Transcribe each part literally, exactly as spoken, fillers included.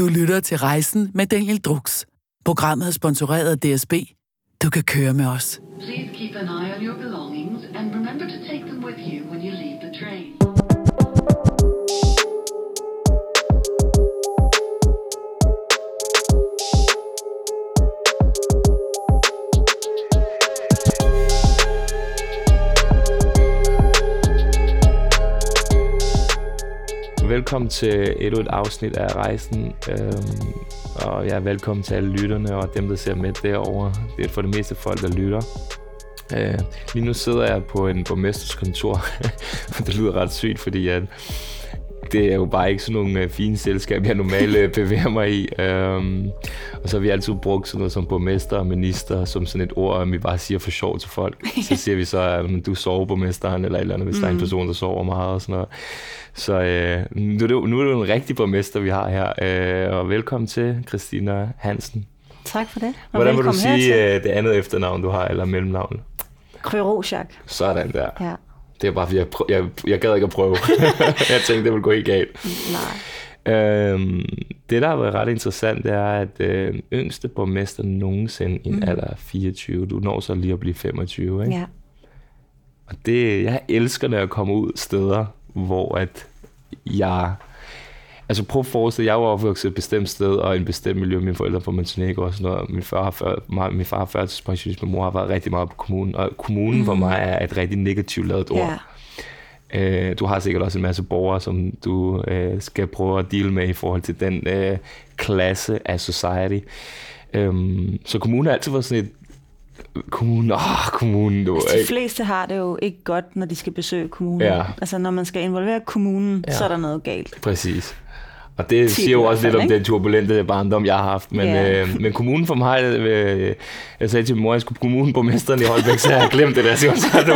Du lytter til Rejsen med Daniel Drux. Programmet er sponsoreret af D S B. Du kan køre med os. Please keep an eye on your belongings and remember to take them with you when you leave the train. Velkommen til endnu et afsnit af Rejsen, øhm, og jeg er velkommen til alle lytterne og dem, der ser med derovre. Det er for det meste folk, der lytter. Øh, lige nu sidder jeg på en borgmesters kontor, og det lyder ret sygt, fordi at det er jo bare ikke sådan nogle fine selskaber, jeg normalt bevæger mig i. Øhm, og så har vi altid brugt sådan noget som borgmester og minister, som sådan et ord, vi bare siger for sjov til folk. Så siger vi så, at du sover borgmesteren, eller et eller andet, hvis mm. der er en person, der sover meget og sådan noget. Så øh, nu, er det, nu er det jo en rigtig borgmester, vi har her. Øh, og velkommen til, Christina Hansen. Tak for det. Og hvordan vil du sige øh, det andet efternavn, du har, eller mellemnavn? Krø-Rosiak. Sådan der. Ja. Det er bare, fordi jeg, prø- jeg, jeg gad ikke at prøve. Jeg tænkte, det ville gå helt galt. Nej. Øhm, det, der har været ret interessant, det er, at øh, yngste borgmester nogensinde i en mm. alder af fireogtyve. Du når så lige at blive femogtyve, ikke? Ja. Og det, jeg elsker, når jeg kommer ud steder, hvor at jeg... Altså prøv at forestille, jeg var opvokset et bestemt sted og en bestemt miljø. Mine forældre på Montenegro og sådan noget. Min far har, før, min far har førtidspensionist, min mor har været rigtig meget på kommunen. Og kommunen mm. for mig er et rigtig negativt lavet ord. Yeah. Øh, du har sikkert også en masse borgere, som du øh, skal prøve at deal med i forhold til den øh, klasse af society. Øhm, så kommunen har altid været sådan et Kommunen, åh, kommunen, du altså, de fleste har det jo ikke godt, når de skal besøge kommunen. Ja. Altså, når man skal involvere kommunen, ja. Så er der noget galt. Præcis. Og det siger jo også lidt om den turbulente barndom, jeg har haft. Men, yeah. øh, men kommunen for mig, øh, jeg sagde til min mor, jeg skulle på kommunenborgmesteren i Holbæk, så jeg har glemt det der. Så,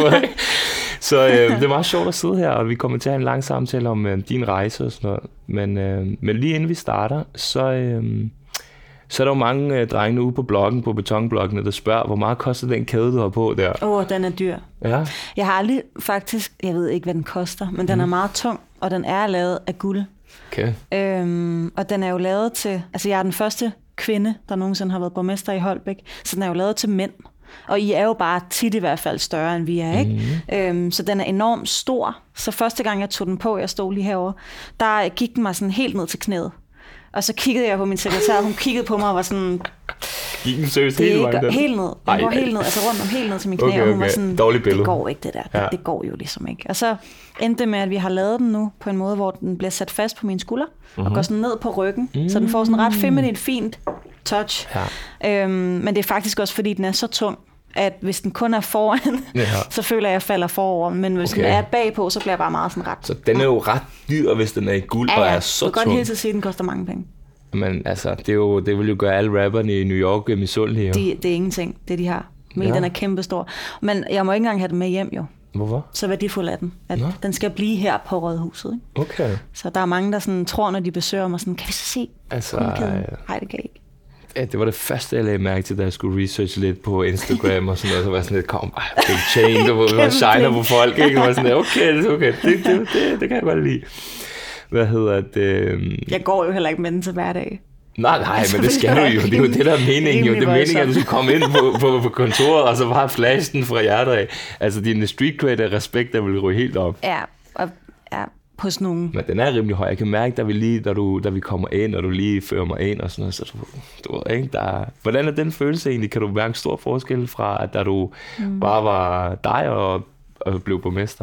så øh, det er meget sjovt at sidde her, og vi kommer til at have en lang samtale om øh, din rejse og sådan noget. Men, øh, men lige inden vi starter, så... Øh, Så er der jo mange øh, drenge ude på bloggen, på betonbloggene, der spørger, hvor meget koster den kæde, du har på der? Åh, oh, den er dyr. Ja. Jeg har aldrig faktisk, jeg ved ikke, hvad den koster, men den mm. er meget tung, og den er lavet af guld. Okay. Øhm, og den er jo lavet til, altså jeg er den første kvinde, der nogensinde har været borgmester i Holbæk, så den er jo lavet til mænd. Og I er jo bare tit i hvert fald større, end vi er, ikke? Mm. Øhm, så den er enormt stor. Så første gang, jeg tog den på, jeg stod lige herovre, der gik den mig sådan helt ned til knæet. Og så kiggede jeg på min sekretær, og hun kiggede på mig og var sådan... Gik den seriøst helt langt der? Helt ned. Den ej, går ej. helt ned, altså rundt om helt ned til min knæ, okay, og hun okay. var sådan... Dårlig billede. Det går ikke, det der. Ja. Det, det går jo ligesom ikke. Og så endte det med, at vi har lavet den nu på en måde, hvor den bliver sat fast på mine skulder, mm-hmm. og går sådan ned på ryggen, mm. så den får sådan ret feminine, fint touch. Ja. Øhm, men det er faktisk også, fordi den er så tung, at hvis den kun er foran, ja. så føler jeg, at jeg falder forover. Men hvis okay. den er bagpå, så bliver jeg bare meget sådan ret... Så den er jo ret dyr, hvis den er i guld, ja, ja. og er så tung. Du kan godt hele tiden sige, at den koster mange penge. Men altså, det, er jo, det vil jo gøre alle rapperne i New York misundelige. Det, det er ingenting, det de har. Men ja. Den er kæmpestor. Men jeg må ikke engang have den med hjem, jo. Hvorfor? Så værdifuld er den. At Nå. Den skal blive her på Rådhuset. Ikke? Okay. Så der er mange, der sådan, tror, når de besøger mig, sådan, kan vi så se altså, nej, det kan ikke. Ja, det var det første, jeg lagde mærke til, da jeg skulle researche lidt på Instagram og sådan noget. Så var jeg sådan lidt, kom bare, big chain, du var shiner på folk, ikke? Og var sådan, okay, okay, det, det, det, det kan jeg godt lide. Hvad hedder det? Jeg går jo heller ikke med den til hverdag. Nej, nej, men det skal du jo. Det er jo det, der er meningen. Jo. Det er meningen, at du skal komme ind på, på, på kontoret, og så bare flashe den fra hjertet af. Altså, din street cred og respekt, der vil ryge helt op. Ja, og ja, hos nogen. Men den er rimelig høj. Jeg kan mærke, da vi, lige, da du, da vi kommer ind, og du lige fører mig ind, og sådan noget, så du, du ved ikke, der... Hvordan er den følelse egentlig? Kan du mærke stor forskel fra, at da du mm. bare var dig og, og blev borgmester?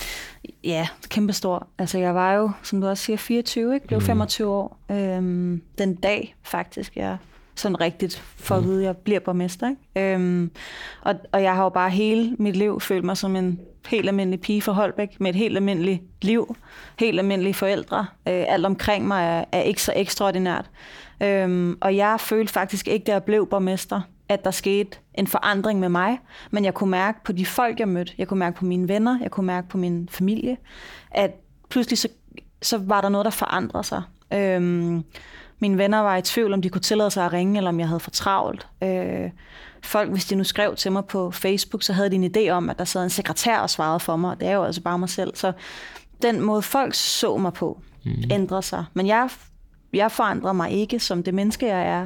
Ja, kæmpestor. Altså, jeg var jo, som du også siger, fireogtyve, ikke? Blev femogtyve år. Øhm, den dag, faktisk, jeg sådan rigtigt for at vide, at jeg bliver borgmester, ikke? Øhm, og, og jeg har jo bare hele mit liv følt mig som en helt almindelig pige fra Holbæk, med et helt almindeligt liv, helt almindelige forældre. Øh, alt omkring mig er, er ikke så ekstraordinært. Øhm, og jeg følte faktisk ikke, da jeg blev borgmester, at der skete en forandring med mig, men jeg kunne mærke på de folk, jeg mødte, jeg kunne mærke på mine venner, jeg kunne mærke på min familie, at pludselig så, så var der noget, der forandrede sig. Øhm, mine venner var i tvivl, om de kunne tillade sig at ringe, eller om jeg havde for travlt. Øh, folk, hvis de nu skrev til mig på Facebook, så havde de en idé om, at der sad en sekretær og svarede for mig, det er jo altså bare mig selv. Så den måde, folk så mig på, mm. ændrede sig. Men jeg jeg forandrede mig ikke som det menneske, jeg er.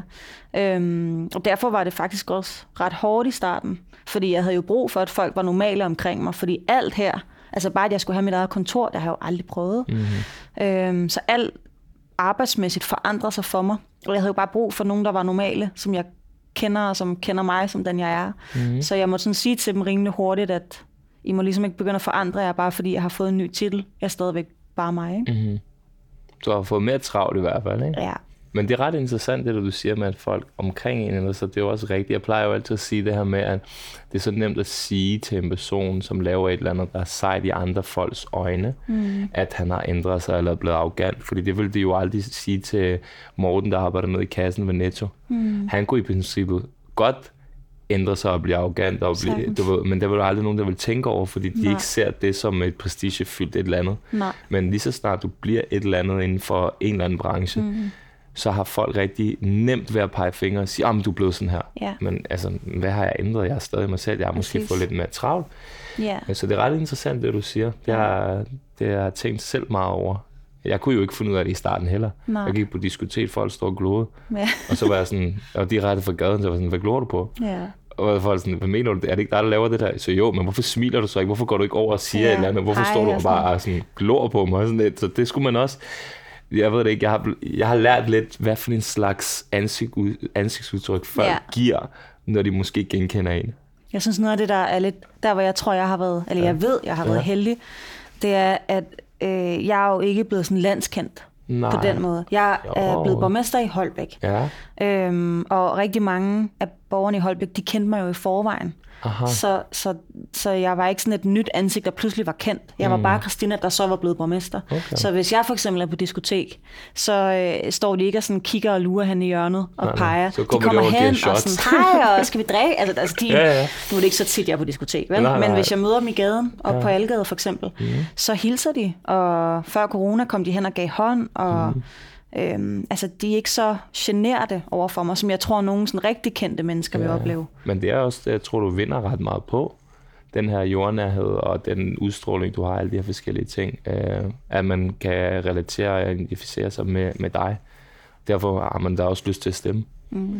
Øhm, og derfor var det faktisk også ret hårdt i starten, fordi jeg havde jo brug for, at folk var normale omkring mig, fordi alt her, altså bare at jeg skulle have mit eget kontor, det har jeg jo aldrig prøvet. Mm-hmm. Øhm, så alt arbejdsmæssigt forandrede sig for mig, og jeg havde jo bare brug for nogen, der var normale, som jeg kender, og som kender mig, som den jeg er. Mm-hmm. Så jeg måtte sådan sige til dem rimelig hurtigt, at I må ligesom ikke begynde at forandre jer, bare fordi jeg har fået en ny titel. Jeg er stadigvæk bare mig, ikke? Mm-hmm. Du har fået mere travlt i hvert fald, ikke? Ja. Men det er ret interessant, det du siger med, at folk omkring en, eller så det er jo også rigtigt. Jeg plejer jo altid at sige det her med, at det er så nemt at sige til en person, som laver et eller andet, der er sejt i andre folks øjne, mm. at han har ændret sig eller er blevet arrogant. Fordi det ville de jo aldrig sige til Morten, der arbejder med i kassen ved Netto. Mm. Han kunne i princippet godt ændre sig og blive arrogant, og blive, du ved, men der vil jo aldrig nogen, der vil tænke over, fordi de Nej. ikke ser det som et prestigefyldt et eller andet. Nej. Men lige så snart du bliver et eller andet inden for en eller anden branche, mm. så har folk rigtig nemt ved at pege fingre og sige, at du er blevet sådan her. Ja. Men altså, hvad har jeg ændret? Jeg er stadig mig selv. Jeg har måske Præcis. fået lidt mere travlt. Ja. Så det er ret interessant, det du siger. Det har, det har jeg tænkt selv meget over. Jeg kunne jo ikke finde ud af det i starten heller. Nej. Jeg gik på diskotek, folk stod og glodede. Ja. Og så var jeg sådan, jeg var direkte fra gaden, så jeg var sådan, hvad glor du på? Ja. Og folk sådan, hvad mener du? Er det ikke dig, der laver det der? Så jo, men hvorfor smiler du så ikke? Hvorfor går du ikke over og siger ja. et eller andet? Hvorfor Ej, står du og bare sådan, glor på mig? Sådan lidt. Så det skulle man også... Jeg ved det ikke, jeg har, jeg har lært lidt, hvad for en slags ansigt, ansigtsudtryk folk ja. giver, når de måske genkender en. Jeg synes noget af det, der er lidt, der hvor jeg tror, jeg har været, eller ja. jeg ved, jeg har været ja. heldig, det er, at øh, jeg er jo ikke blevet sådan landskendt. Nej. På den måde. Jeg er blevet borgmester i Holbæk. Ja. Øhm, og rigtig mange af borgerne i Holbæk, de kendte mig jo i forvejen. Så, så, så jeg var ikke sådan et nyt ansigt, der pludselig var kendt. Jeg var mm. bare Christina, der så var blevet borgmester. Okay. Så hvis jeg for eksempel er på diskotek, så øh, står de ikke og sådan kigger og lurer hen i hjørnet og nej, peger. Så kommer de kommer de hen og sådan, hej, og skal vi drikke? Altså, altså de, ja, ja. Nu er det ikke så tit, jeg er på diskotek, vel? Nej, nej. Men hvis jeg møder dem i gaden, op ja. på Algade for eksempel, mm. så hilser de. Og før corona kom de hen og gav hånd, og... Mm. Øhm, altså, de er ikke så generede overfor mig, som jeg tror, nogen sådan rigtig kendte mennesker ja, vil opleve. Men det er også det, jeg tror, du vinder ret meget på. Den her jordnærhed og den udstråling, du har, alle de her forskellige ting. Øh, at man kan relatere og identificere sig med, med dig. Derfor har man da også lyst til at stemme. Mm.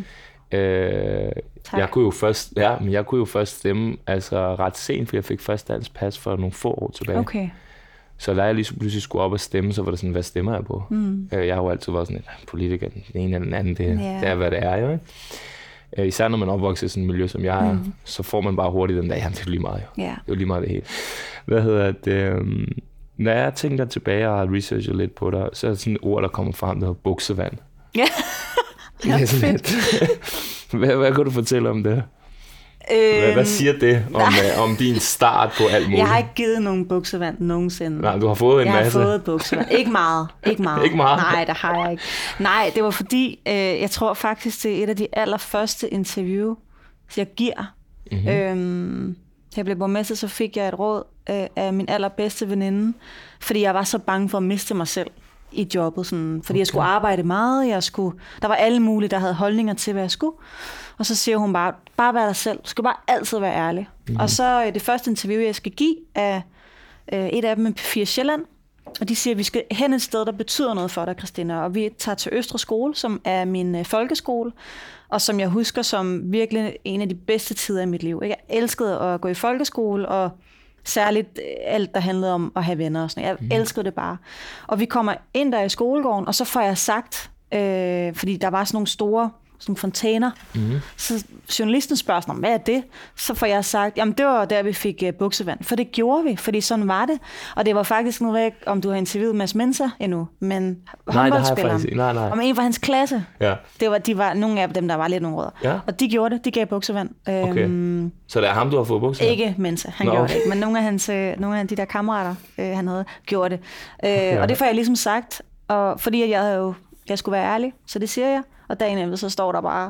Øh, jeg kunne jo først, ja, men jeg kunne jo først stemme altså ret sent, for jeg fik først pas for nogle få år tilbage. Okay. Så da jeg lige pludselig skulle op og stemme, så var det sådan, hvad stemmer jeg på? Mm. Jeg har jo altid været sådan en politiker, den ene eller den anden, det, yeah. det er, hvad det er jo, ikke? Især når man opvokser i sådan et miljø, som jeg er, mm. så får man bare hurtigt den der, jamen det er jo lige meget jo. Yeah. Det er jo lige meget det hele. Hvad hedder det? Um, når jeg tænker tilbage og har researchet lidt på dig, så er det sådan et ord, der kommer frem, der hedder buksevand. Ja, yeah. Det er sådan lidt. hvad, hvad kan du fortælle om det? Hvad, hvad siger det om, uh, om din start på alt muligt? Jeg har ikke givet nogen buksevand nogensinde. Nej, du har fået en jeg masse. Jeg har fået buksevand. Ikke meget. Ikke meget. Ikke meget? Nej, det har jeg ikke. Nej, det var fordi, øh, jeg tror faktisk, det er et af de allerførste interview, jeg giver. Mm-hmm. Øhm, jeg blev borgmester, så fik jeg et råd øh, af min allerbedste veninde, fordi jeg var så bange for at miste mig selv i jobbet. Sådan, fordi okay. jeg skulle arbejde meget. Jeg skulle, der var alle mulige, der havde holdninger til, hvad jeg skulle. Og så siger hun bare, bare vær dig selv. Du skal bare altid være ærlig. Mm. Og så det første interview, jeg skal give, er øh, et af dem med P fire Sjælland. Og de siger, at vi skal hen et sted, der betyder noget for dig, Christina. Og vi tager til Østre Skole, som er min øh, folkeskole. Og som jeg husker som virkelig en af de bedste tider i mit liv. Jeg elskede at gå i folkeskole, og særligt alt, der handlede om at have venner og sådan. Jeg mm. elskede det bare. Og vi kommer ind der i skolegården, og så får jeg sagt, øh, fordi der var sådan nogle store sådan fontæner. Mm. Så journalisten spørger sådan, hvad er det? Så får jeg sagt, jamen det var der, vi fik uh, buksevand. For det gjorde vi, fordi sådan var det. Og det var faktisk, nu ved jeg ikke, om du har interviewet Mads Menser endnu, men håndboldspilleren. Nej, nej. Om en fra hans klasse. Ja. Det var, de var nogle af dem, der var lidt nogle rødder. Ja. Og de gjorde det, de gav buksevand. Okay. Øhm, så det er ham, du har fået buksevand? Ikke Menser, han Nå, gjorde okay. det ikke. Men nogle af, hans, nogle af de der kammerater, øh, han havde, gjorde det. Øh, okay. Og det får jeg ligesom sagt, og fordi jeg havde jo, jeg skulle være ærlig, så det siger jeg. Og dagen efter, så står der bare,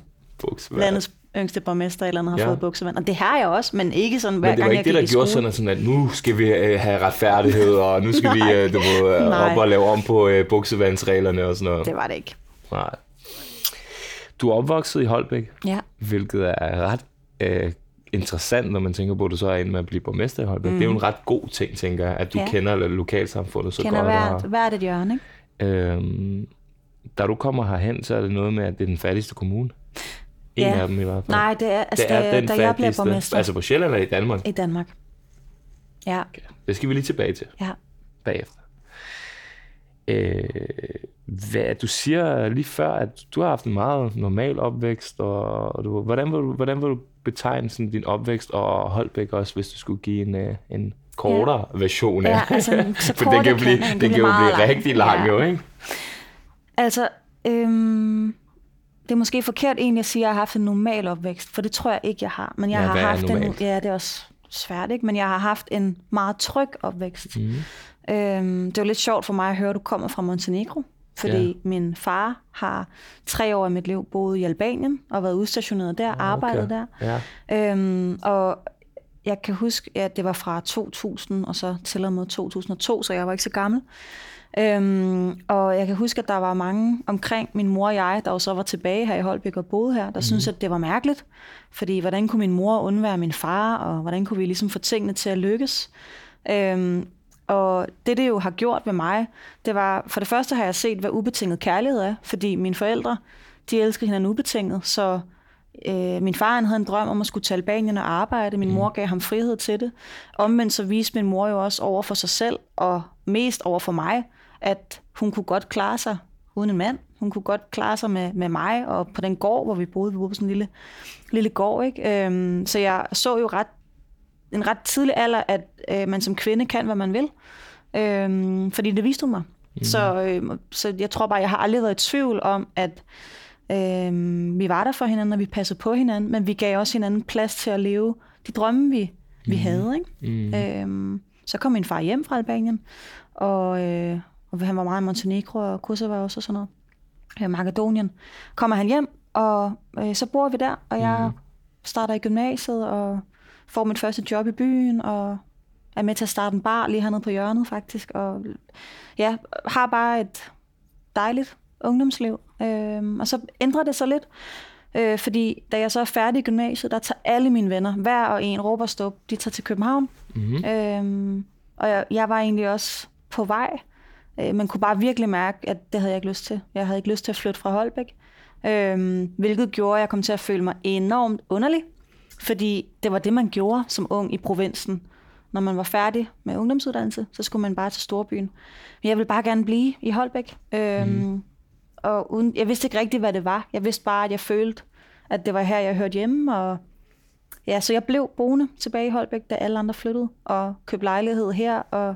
landets yngste borgmester eller andet har ja. fået buksevand. Og det har jeg også, men ikke sådan hver gang jeg gik i skole. Men det var ikke det, der gjorde sådan, at nu skal vi uh, have retfærdighed, og nu skal vi uh, du ved, uh, op og lave om på uh, buksevandsreglerne og sådan noget. Det var det ikke. Nej. Du er opvokset i Holbæk, ja. hvilket er ret uh, interessant, når man tænker på, at du så er inde med at blive borgmester i Holbæk. Mm. Det er jo en ret god ting, tænker jeg, at du ja. kender lokalsamfundet så kender godt. Kender hvert et hjørne, ikke? Øhm, da du kommer herhen, så er det noget med, at det er den fattigste kommune. En ja. af dem i hvert fald. Nej, det er, altså, det er da, den da jeg bliver fattigste. borgmester. Altså på Sjælland eller i Danmark? I Danmark. Ja. Okay. Det skal vi lige tilbage til. Ja. Bagefter. Øh, hvad, du siger lige før, at du har haft en meget normal opvækst, og, og du, hvordan, vil du, hvordan vil du betegne sådan, din opvækst og Holbæk også, hvis du skulle give en, en kortere ja. version af? Ja, altså, så for det kan jo blive, kan, det kan jo blive lang. rigtig lang, ja. jo, ikke? Altså, øhm, det er måske forkert egentlig at sige, at jeg har haft en normal opvækst, for det tror jeg ikke, jeg har. Men jeg ja, har hvad haft er en, ja, det er også svært, ikke? Men jeg har haft en meget tryg opvækst. Mm. Øhm, det var lidt sjovt for mig at høre, at du kommer fra Montenegro, fordi ja. min far har tre år af mit liv boet i Albanien og været udstationeret der, okay. arbejdet der. Ja. Øhm, og jeg kan huske, at det var fra to tusind og så til og med to tusind og to, så jeg var ikke så gammel. Øhm, og jeg kan huske, at der var mange omkring min mor og jeg, der jo så var tilbage her i Holbæk og boede her, der mm. syntes, at det var mærkeligt. Fordi hvordan kunne min mor undvære min far, og hvordan kunne vi ligesom få tingene til at lykkes? Øhm, og det, det jo har gjort ved mig, det var, for det første har jeg set, hvad ubetinget kærlighed er, fordi mine forældre, de elsker hinanden ubetinget, så øh, min far han havde en drøm om at skulle til Albanien og arbejde, min mor gav ham frihed til det. Omvendt så viste min mor jo også over for sig selv, og mest over for mig, at hun kunne godt klare sig uden en mand. Hun kunne godt klare sig med, med mig, og på den gård, hvor vi boede. Vi boede på sådan en lille, lille gård, ikke? Øhm, så jeg så jo ret, en ret tidlig alder, at øh, man som kvinde kan, hvad man vil. Øhm, fordi det viste hun mig. Mm. Så, øh, så jeg tror bare, jeg har aldrig været i tvivl om, at øh, vi var der for hinanden, og vi passede på hinanden, men vi gav også hinanden plads til at leve de drømme, vi, vi mm. havde. Ikke? Mm. Øhm, så kom min far hjem fra Albanien, og, øh, og han var meget i Montenegro og Kosovo også og sådan noget. Øh, Makedonien. Kommer han hjem, og øh, så bor vi der, og jeg mm. starter i gymnasiet, og får mit første job i byen, og er med til at starte en bar lige hernede på hjørnet faktisk, og ja, har bare et dejligt ungdomsliv. Øhm, og så ændrer det sig lidt, øh, fordi da jeg så er færdig i gymnasiet, der tager alle mine venner, hver og en råber stop, de tager til København. Mm-hmm. Øhm, og jeg, jeg var egentlig også på vej, øh, man kunne bare virkelig mærke, at det havde jeg ikke lyst til. Jeg havde ikke lyst til at flytte fra Holbæk, øhm, hvilket gjorde, at jeg kom til at føle mig enormt underlig, fordi det var det, man gjorde som ung i provinsen. Når man var færdig med ungdomsuddannelse, så skulle man bare til storbyen. Men jeg ville bare gerne blive i Holbæk. Øhm, mm. Og uden, jeg vidste ikke rigtigt, hvad det var. Jeg vidste bare, at jeg følte, at det var her, jeg hørte hjemme. Og ja, så jeg blev boende tilbage i Holbæk, da alle andre flyttede, og købte lejlighed her, og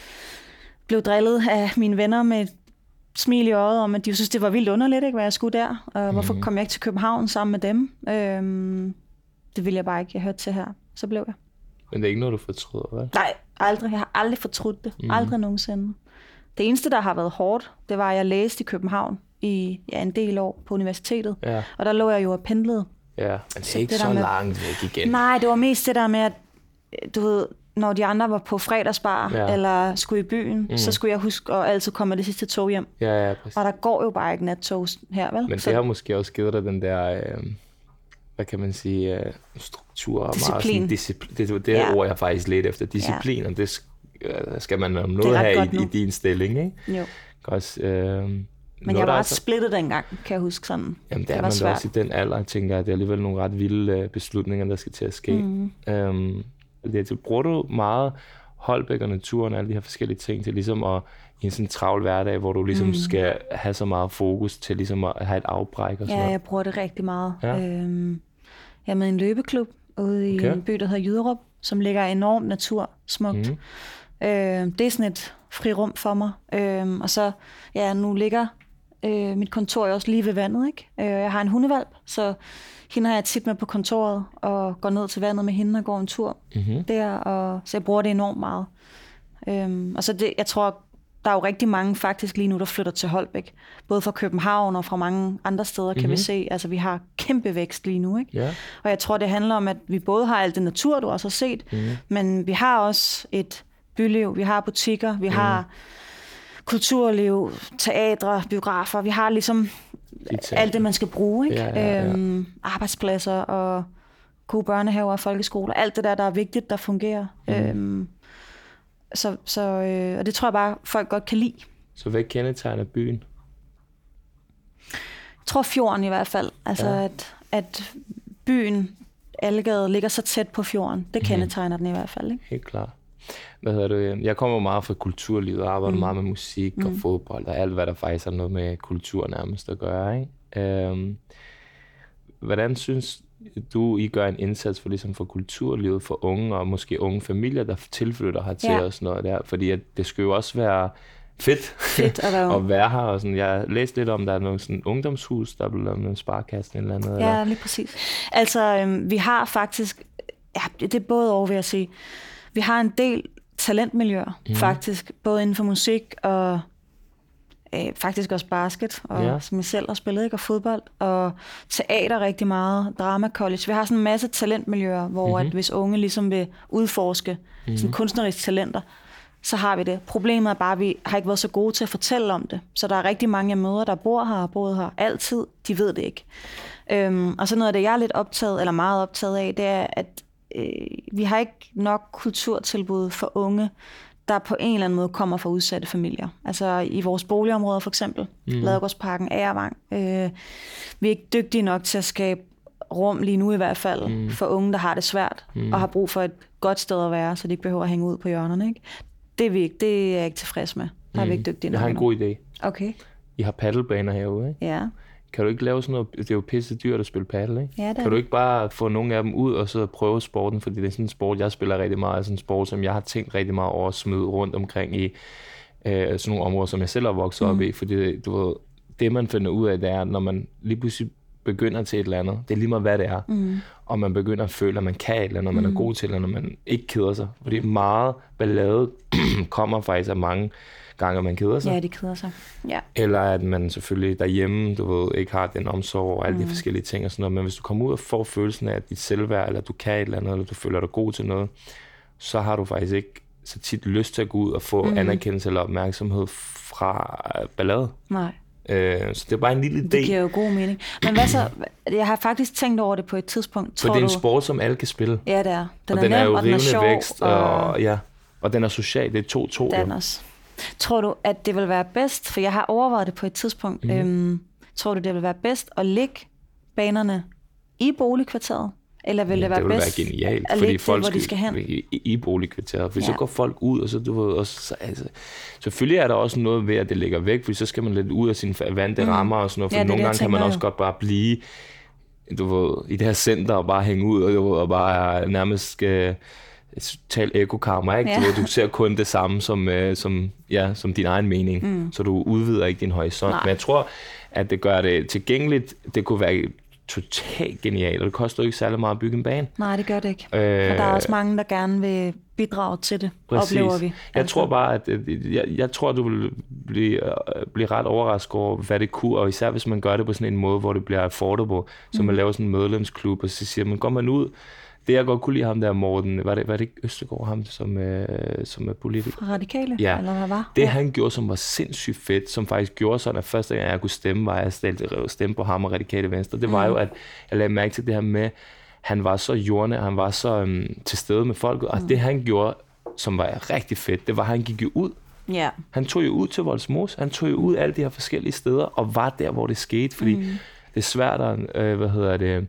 blev drillet af mine venner med et smil i øjet, om at de synes, det var vildt underligt, ikke, hvad jeg skulle der. Og mm. hvorfor kom jeg ikke til København sammen med dem? Øhm, det ville jeg bare ikke. Jeg hørte til her. Så blev jeg. Men det er ikke noget, du fortryder, vel? Nej, aldrig. Jeg har aldrig fortrudt det. Mm. Aldrig nogensinde. Det eneste, der har været hårdt, det var, at jeg læste i København i ja, en del år på universitetet. Ja. Og der lå jeg jo og pendlede. Ja, men det er ikke så, så med, langt væk igen. Nej, det var mest det der med, at du ved, når de andre var på fredagsbar, ja. eller skulle i byen, mm. så skulle jeg huske at altid komme med det sidste tog hjem. Ja, ja, præcis. Og der går jo bare ikke nattog her, vel? Men så det har måske også givet dig den der... Øh... hvad kan man sige, uh, struktur og disciplin. Meget disciplin. Det er det ja. ord, jeg faktisk lidt efter. Disciplin, ja. Og det skal man om noget have i, i din stilling, ikke? Jo. Også, uh, men jeg var ret altså... splittet dengang, kan jeg huske sådan. Jamen det er det man svært. Også i den alder, tænker jeg, det er alligevel nogle ret vilde uh, beslutninger, der skal til at ske. Mm. Um, det, bruger du meget Holbæk og naturen og alle de her forskellige ting til ligesom at i en sådan travl hverdag, hvor du ligesom mm. skal have så meget fokus til ligesom at have et afbræk og sådan Ja, noget. jeg bruger det rigtig meget. Ja. Øhm, jeg er med i en løbeklub ude i okay. en by, der hedder Jyderup, som ligger enormt natursmukt. Mm. Øhm, det er sådan et frirum for mig. Øhm, og så, ja, nu ligger øh, mit kontor også lige ved vandet, ikke? Øh, jeg har en hundevalp, så hende har jeg tit med på kontoret og går ned til vandet med hende og går en tur mm-hmm. der, og så jeg bruger det enormt meget. Øhm, og så det, jeg tror, der er jo rigtig mange faktisk lige nu, der flytter til Holbæk. Både fra København og fra mange andre steder, kan mm-hmm. vi se. Altså, vi har kæmpe vækst lige nu, ikke? Yeah. Og jeg tror, det handler om, at vi både har alt det natur, du også har set, mm-hmm. men vi har også et byliv, vi har butikker, vi mm. har kulturliv, teatre, biografer. Vi har ligesom alt det, man skal bruge, ikke? Ja, ja, ja. Øhm, arbejdspladser og gode børnehaver og folkeskoler. Alt det der, der er vigtigt, der fungerer. Mm. Øhm, Så, så, øh, og det tror jeg bare, folk godt kan lide. Så hvad kendetegner byen? tror fjorden i hvert fald. Altså, ja. at, at byen, Allegade, ligger så tæt på fjorden. Det kendetegner mm. den i hvert fald, ikke? Helt klart. Hvad hedder det? Jeg kommer meget fra kulturlivet og arbejder mm. meget med musik og mm. fodbold og alt, hvad der faktisk har noget med kultur nærmest at gøre, ikke? Øhm, hvordan synes du, I gør en indsats for, ligesom for kulturlivet, for unge og måske unge familier, der tilflytter hertil ja. og sådan noget der? Fordi at det skal jo også være fedt, fedt at, være at være her. Og sådan. Jeg læste lidt om, der er nogle sådan ungdomshus, der er blevet lavet med en sparekasse eller andet. Ja, eller? lige præcis. Altså, øhm, vi har faktisk, ja, det er både over, vil jeg sige, vi har en del talentmiljøer, mm. faktisk, både inden for musik og øh, faktisk også basket, og ja. som jeg selv har spillet, ikke, og fodbold, og teater rigtig meget, drama college. Vi har sådan en masse talentmiljøer, hvor mm-hmm. at hvis unge ligesom vil udforske mm-hmm. sådan kunstneriske talenter, så har vi det. Problemet er bare, at vi har ikke været så gode til at fortælle om det. Så der er rigtig mange, jeg møder, der bor her og boet her altid. De ved det ikke. Øhm, og så noget af det, jeg er lidt optaget, eller meget optaget af, det er, at øh, vi har ikke nok kulturtilbud for unge, der på en eller anden måde kommer fra udsatte familier. Altså i vores boligområder for eksempel, mm. Ladegårdsparken, Agervang. Øh, vi er ikke dygtige nok til at skabe rum lige nu i hvert fald, mm. for unge, der har det svært, mm. og har brug for et godt sted at være, så de ikke behøver at hænge ud på hjørnerne, ikke? Det er, vi ikke, det er jeg ikke tilfreds med. Der er mm. vi ikke dygtige nok. Jeg har en god idé. Okay. I har paddelbaner herude, ikke? Ja. Kan du ikke lave sådan noget? Det er jo pisse dyrt at spille paddle, ikke? Ja, det er. Kan du ikke bare få nogle af dem ud og så prøve sporten? Fordi det er sådan en sport, jeg spiller rigtig meget. Sådan en sport, som jeg har tænkt rigtig meget over at smide rundt omkring i øh, sådan nogle områder, som jeg selv har vokset mm. op i. Fordi du ved, det man finder ud af, det er, når man lige pludselig begynder til et eller andet. Det er lige meget, hvad det er. Mm. Og man begynder at føle, at man kan et eller andet, man mm. er god til, eller når man ikke keder sig. Fordi meget ballade kommer faktisk af mange gange, at man keder sig. Ja, de keder sig. Ja. Eller at man selvfølgelig derhjemme, du ved, ikke har den omsorg og alle mm. de forskellige ting og sådan noget. Men hvis du kommer ud og får følelsen af dit selvværd, eller du kan et eller andet, eller du føler dig god til noget, så har du faktisk ikke så tit lyst til at gå ud og få mm. anerkendelse eller opmærksomhed fra ballade. Nej. Så det er bare en lille idé. Det giver jo god mening. Men hvad så? Jeg har faktisk tænkt over det på et tidspunkt. For det er en du... sport, som alle kan spille. Ja, det er. Den og er den er nem, jo og den er sjov. Vækst, og... Og, ja. og den er social. Det er to-to. Den også. Tror du, at det vil være bedst, for jeg har overvejet det på et tidspunkt, mm. øhm, tror du, det vil være bedst at lægge banerne i boligkvarteret? Eller vil ja, det være det vil bedst være genialt, at fordi det, folk hvor de skal hen? I, i boligkvarteret, for ja. så går folk ud, og så du ved, og så, altså, selvfølgelig er der også noget ved, at det ligger væk, for så skal man lidt ud af sine vante mm. rammer og sådan noget, for ja, nogle gange kan man også jo. godt bare blive, du ved, i det her center og bare hænge ud, og, du ved, og bare nærmest skal tale ekokammer, ikke? Ja. Du, ved, du ser kun det samme som, øh, som, ja, som din egen mening, mm. så du udvider ikke din horisont. Nej. Men jeg tror, at det gør det tilgængeligt, det kunne være totalt genialt, og det koster jo ikke særlig meget at bygge en bane. Nej, det gør det ikke. Øh, og der er også mange, der gerne vil bidrage til det, præcis. Oplever vi. Jeg altså. tror bare, at jeg, jeg tror, du vil blive, blive ret overrasket over, hvad det kunne, og især hvis man gør det på sådan en måde, hvor det bliver affordable, så mm. man laver sådan en medlemsklub, og så siger man, går man ud, det jeg godt kunne lide ham der, Morten, var det, var det ikke Østergaard, ham som, øh, som er politiker? Fra Radikale, ja. eller hvad var? Det ja. han gjorde, som var sindssygt fedt, som faktisk gjorde sådan, at første gang jeg kunne stemme, var jeg stemme på ham og Radikale Venstre. Det var mm. jo, at jeg lagde mærke til det her med, han var så jordnær, han var så um, til stede med folk, og mm. det han gjorde, som var rigtig fedt, det var, at han gik jo ud. Yeah. Han tog jo ud til Vollsmose, han tog jo ud alle de her forskellige steder, og var der, hvor det skete, fordi mm. det er svært at, øh, hvad hedder det,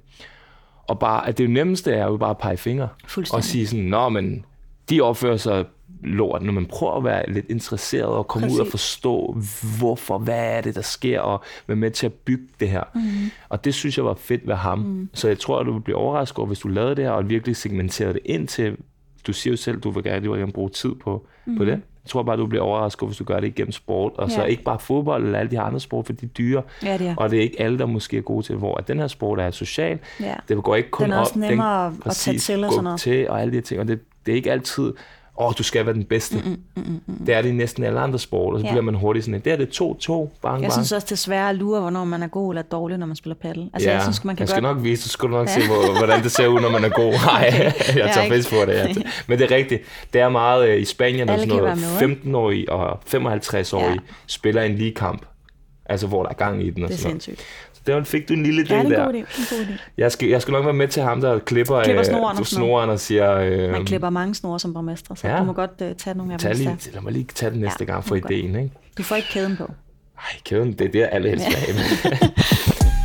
og bare, at det nemmeste er jo bare at pege fingre, og sige sådan, nå, men de opfører sig lort, når man prøver at være lidt interesseret og komme Præcis. ud og forstå, hvorfor, hvad er det, der sker, og være med til at bygge det her. Mm. Og det synes jeg var fedt ved ham. Mm. Så jeg tror, at du vil blive overrasket over, hvis du lavede det her, og virkelig segmenterede det ind til, du siger jo selv, du vil gerne, du vil gerne bruge tid på, mm. på det. Jeg tror bare, du bliver overrasket, hvis du gør det igennem sport, og ja. så ikke bare fodbold eller alle de andre sport, for de er dyre, ja, det er. og det er ikke alle, der måske er gode til, hvor at den her sport er social. Ja. Det går ikke kun op. Den er også op, nemmere den, at præcis, tage til og sådan noget. til, og alle de her ting, og det, det er ikke altid, åh, oh, du skal være den bedste. Mm, mm, mm, mm. Det er det i næsten alle andre sport, og så ja. bliver man hurtigt sådan, det er det to-to, bang, bang. Jeg synes også, det er svært at lure, hvornår man er god eller dårlig, når man spiller paddle. Altså, ja, jeg synes, man kan jeg skal godt... nok vise, så skal du nok ja. se, hvordan det ser ud, når man er god. Nej, jeg tager fisk på det. Ja. Men det er rigtigt. Det er meget uh, i Spanien, når sådan noget femten-årige og femoghalvtreds-årige ja. spiller en ligekamp. Altså, hvor der er gang i den. Og det er sådan sindssygt. Der fik du en lille del der. Ja, det er en god idé. En god idé. Jeg, skal, jeg skal nok være med til ham, der klipper, klipper snoren, øh, snoren og siger... Øh, Man klipper mange snore som borgmester, så ja. du må godt uh, tage nogle af dem. Lige, lad mig lige tage den næste ja, gang for ideen. Ikke? Du får ikke kæden på. Nej, kæden, det er det, alle helst vil have.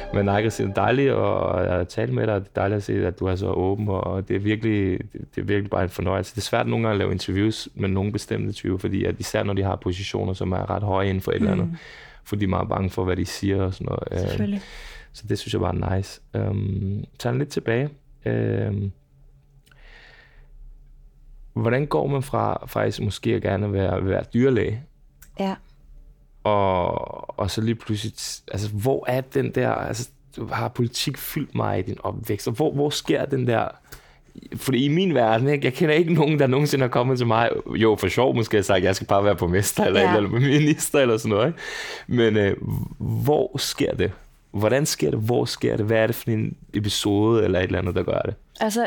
Men Naika, det er dejligt at tale med dig. Det er dejligt at se, at du er så åben, og det er virkelig, det er virkelig bare en fornøjelse. Det er svært nogle gange at lave interviews med nogle bestemte typer, fordi at især når de har positioner, som er ret høje inden for et mm. eller andet, fordi de er meget bange for, hvad de siger og sådan noget. Selvfølgelig. Så det synes jeg bare er nice. Um, tager lidt tilbage. Um, hvordan går man fra faktisk måske at gerne være, være dyrlæge? Ja. Og, og så lige pludselig, altså hvor er den der, altså har politik fyldt mig i din opvækst, og hvor, hvor sker den der, fordi i min verden, ikke, jeg kender ikke nogen, der nogensinde har kommet til mig, jo for sjov måske har sagt, at jeg skal bare være borgmester, eller, ja. eller minister, eller sådan noget, ikke? Men øh, hvor sker det? Hvordan sker det? Hvor sker det? Hvad er det for en episode, eller et eller andet, der gør det? Altså,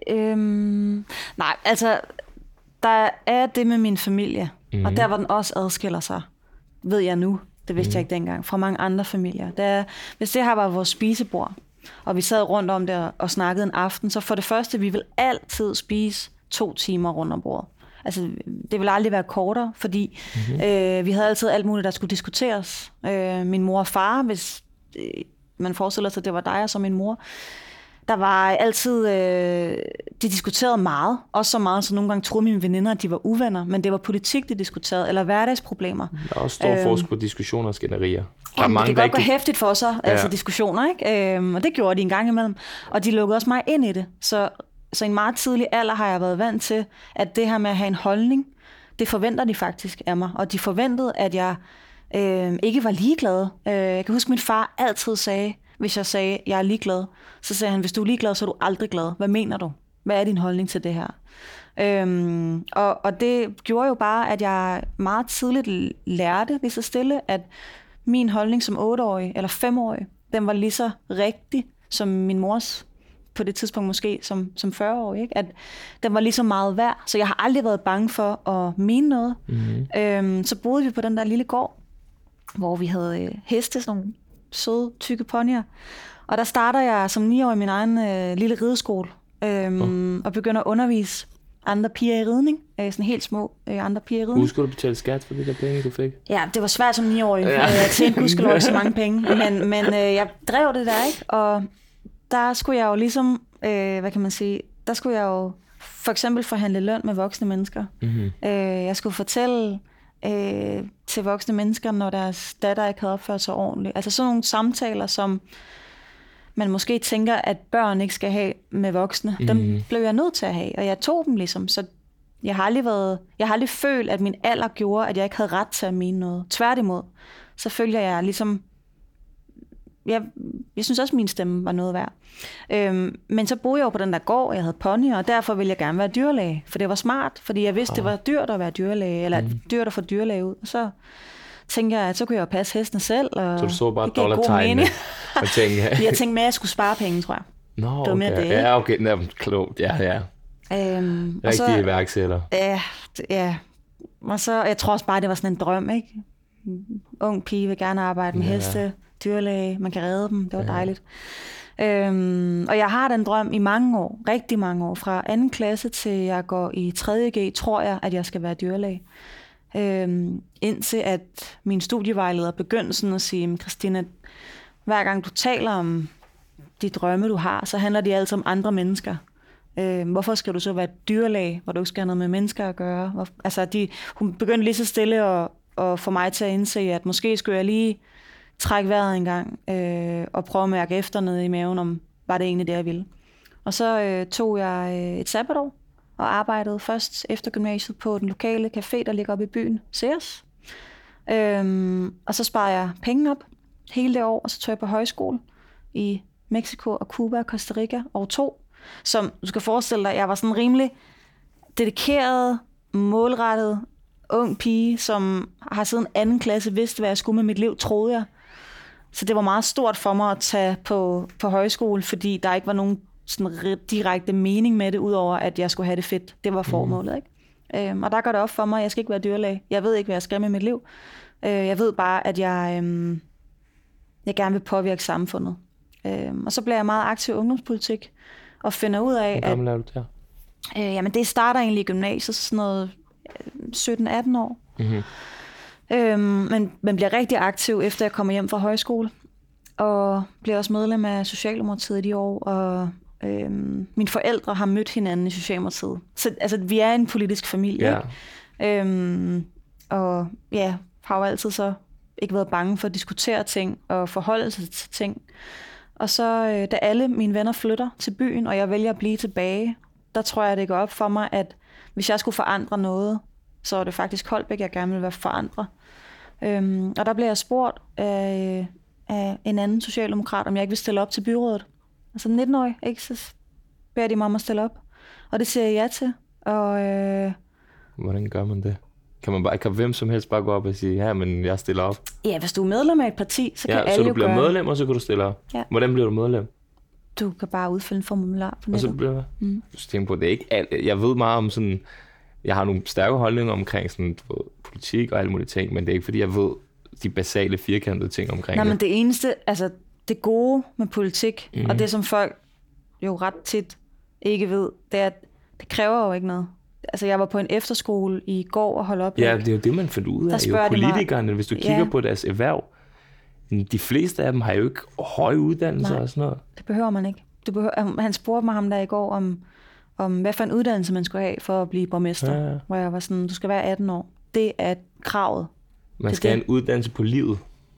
øhm, nej, altså, der er det med min familie, mm-hmm. og der hvor den også adskiller sig, ved jeg nu, det vidste mm. jeg ikke dengang, fra mange andre familier. Der, hvis det her var vores spisebord, og vi sad rundt om det og snakkede en aften, så for det første, vi vil altid spise to timer rundt om bordet. Altså, det ville aldrig være kortere, fordi mm-hmm. øh, vi havde altid alt muligt, der skulle diskuteres. Øh, min mor og far, hvis øh, man forestiller sig, at det var dig og så min mor, der var altid, øh, de diskuterede meget, også så meget, så nogle gange troede mine veninder, at de var uvenner, men det var politik, de diskuterede, eller hverdagsproblemer. Der er også stor øhm, forskel på diskussioner og skænderier. Ja, det kan godt gå hæftigt for sig, ja. altså diskussioner, ikke? Øhm, og det gjorde de en gang imellem, og de lukkede også mig ind i det. Så, så i en meget tidlig alder har jeg været vant til, at det her med at have en holdning, det forventer de faktisk af mig, og de forventede, at jeg øh, ikke var ligeglad. Øh, jeg kan huske, at min far altid sagde, hvis jeg sagde, at jeg er ligeglad, så sagde han, hvis du er ligeglad, så er du aldrig glad. Hvad mener du? Hvad er din holdning til det her? Øhm, og, og det gjorde jo bare, at jeg meget tidligt lærte lige så stille, at min holdning som otteårig eller femårig, den var lige så rigtig som min mors på det tidspunkt måske som, som fyrre-årig. Ikke? At den var lige så meget værd. Så jeg har aldrig været bange for at mene noget. Mm-hmm. Øhm, så boede vi på den der lille gård, hvor vi havde øh, heste, sådan nogle søde, tykke ponyer. Og der starter jeg som niårig i min egen øh, lille rideskole, øhm, oh. og begynder at undervise andre piger i ridning. Øh, sådan helt små øh, andre piger i ridning. Husker du at betale skat for de der penge, du fik? Ja, det var svært som niårig. Ja. Jeg tjente gudskelov ikke så mange penge. Men, men øh, jeg drev det der, ikke? Og der skulle jeg jo ligesom, øh, hvad kan man sige, der skulle jeg jo for eksempel forhandle løn med voksne mennesker. Mm-hmm. Øh, jeg skulle fortælle øh, til voksne mennesker, når deres datter ikke havde opført sig ordentligt. Altså sådan nogle samtaler, som man måske tænker, at børn ikke skal have med voksne. Mm. Dem blev jeg nødt til at have, og jeg tog dem ligesom. Så jeg har aldrig været, jeg har aldrig følt, at min alder gjorde, at jeg ikke havde ret til at mene noget. Tværtimod, så følger jeg ligesom, jeg, jeg synes også, at min stemme var noget værd. Øhm, men så boede jeg jo på den der gård, og jeg havde ponyer, og derfor ville jeg gerne være dyrlæge, for det var smart, fordi jeg vidste, oh. det var dyrt at være dyrlæge, eller mm. dyrt at få dyrlæge ud. Og så tænkte jeg, at så kunne jeg jo passe hestene selv. Og så du så bare dollartegnene? Jeg tænkte med, at jeg skulle spare penge, tror jeg. Nå, no, okay. Det, ja, okay. Nå, klogt. Ja, ja. Øhm, Rigtig iværksætter. Ja, ja. Og så, jeg tror også bare, det var sådan en drøm, ikke? Ung pige vil gerne arbejde med ja. heste, dyrlæge, man kan redde dem, det var ja. dejligt. Øhm, og jeg har den drøm i mange år, rigtig mange år, fra anden klasse til jeg går i tredje G, tror jeg, at jeg skal være dyrlæge. Øhm, indtil at min studievejleder begyndte sådan at sige, Christina, hver gang du taler om de drømme, du har, så handler de altid om andre mennesker. Øhm, hvorfor skal du så være dyrlæge, hvor du ikke skal have noget med mennesker at gøre? Hvor, altså, de, hun begyndte lige så stille at, at få mig til at indse, at måske skulle jeg lige trække vejret en gang øh, og prøve at mærke efter nede i maven, om var det egentlig det, jeg ville. Og så øh, tog jeg øh, et sabbatår og arbejdede først efter gymnasiet på den lokale café, der ligger oppe i byen, Sears. Øhm, og så sparede jeg penge op hele det år, og så tog jeg på højskole i Mexico og Cuba og Costa Rica år to. Som du skal forestille dig, jeg var sådan rimelig dedikeret, målrettet, ung pige, som har siden anden klasse vidst, hvad jeg skulle med mit liv, troede jeg. Så det var meget stort for mig at tage på, på højskole, fordi der ikke var nogen sådan direkte mening med det, udover at jeg skulle have det fedt. Det var formålet, ikke? Øhm, og der går det op for mig, at jeg skal ikke være dyrlæge. Jeg ved ikke, hvad jeg skal med mit liv. Øh, jeg ved bare, at jeg, øhm, jeg gerne vil påvirke samfundet. Øhm, og så bliver jeg meget aktiv i ungdomspolitik, og finder ud af, at... Hvor gammel er du der? Øh, jamen, det starter egentlig i gymnasiet, sådan noget sytten atten år. Mm-hmm. Øhm, men man bliver rigtig aktiv, efter jeg kommer hjem fra højskole. og blev også medlem af Socialdemokratiet i de år, og øhm, mine forældre har mødt hinanden i Socialdemokratiet. Så altså, vi er en politisk familie, ja. øhm, og ja, har jo altid så ikke været bange for at diskutere ting og forholde sig til ting. Og så øh, da alle mine venner flytter til byen, og jeg vælger at blive tilbage, der tror jeg, det går op for mig, at hvis jeg skulle forandre noget, så er det faktisk Holbæk, jeg gerne vil være forandre. Øhm, og der blev jeg spurgt af, af en anden socialdemokrat, om jeg ikke vil stille op til byrådet. Altså nitten-årig, ikke? Så beder de mig om at stille op. Og det siger jeg ja til. Og, øh, hvordan gør man det? Kan man bare, kan hvem som helst bare gå op og sige, ja, men jeg stiller op? Ja, hvis du er medlem af et parti, så kan ja, alle så jo du bliver gøre... medlem, og så kan du stille op? Ja. Hvordan bliver du medlem? Du kan bare udfylde en formular på nettet. Og så bliver det? Mm. Så tænker på, det er ikke alt. Jeg ved meget om sådan... Jeg har nogle stærke holdninger omkring sådan, ved, politik og alle mulige ting, men det er ikke, fordi jeg ved de basale, firkantede ting omkring Nej, det. men det eneste, altså det gode med politik, mm. og det som folk jo ret tit ikke ved, det er, at det kræver jo ikke noget. Altså, jeg var på en efterskole i går og holdt op. Ja, det er jo det, man finder ud af. Jo, politikerne, mig, hvis du kigger ja. på deres erhverv, de fleste af dem har jo ikke høje uddannelser og sådan noget. Det behøver man ikke. Du behøver, han spurgte mig ham der i går om, om, hvad for en uddannelse man skulle have for at blive borgmester. Ja, ja. Hvor jeg var sådan, du skal være atten år. Det er kravet. Man skal have en uddannelse på livet.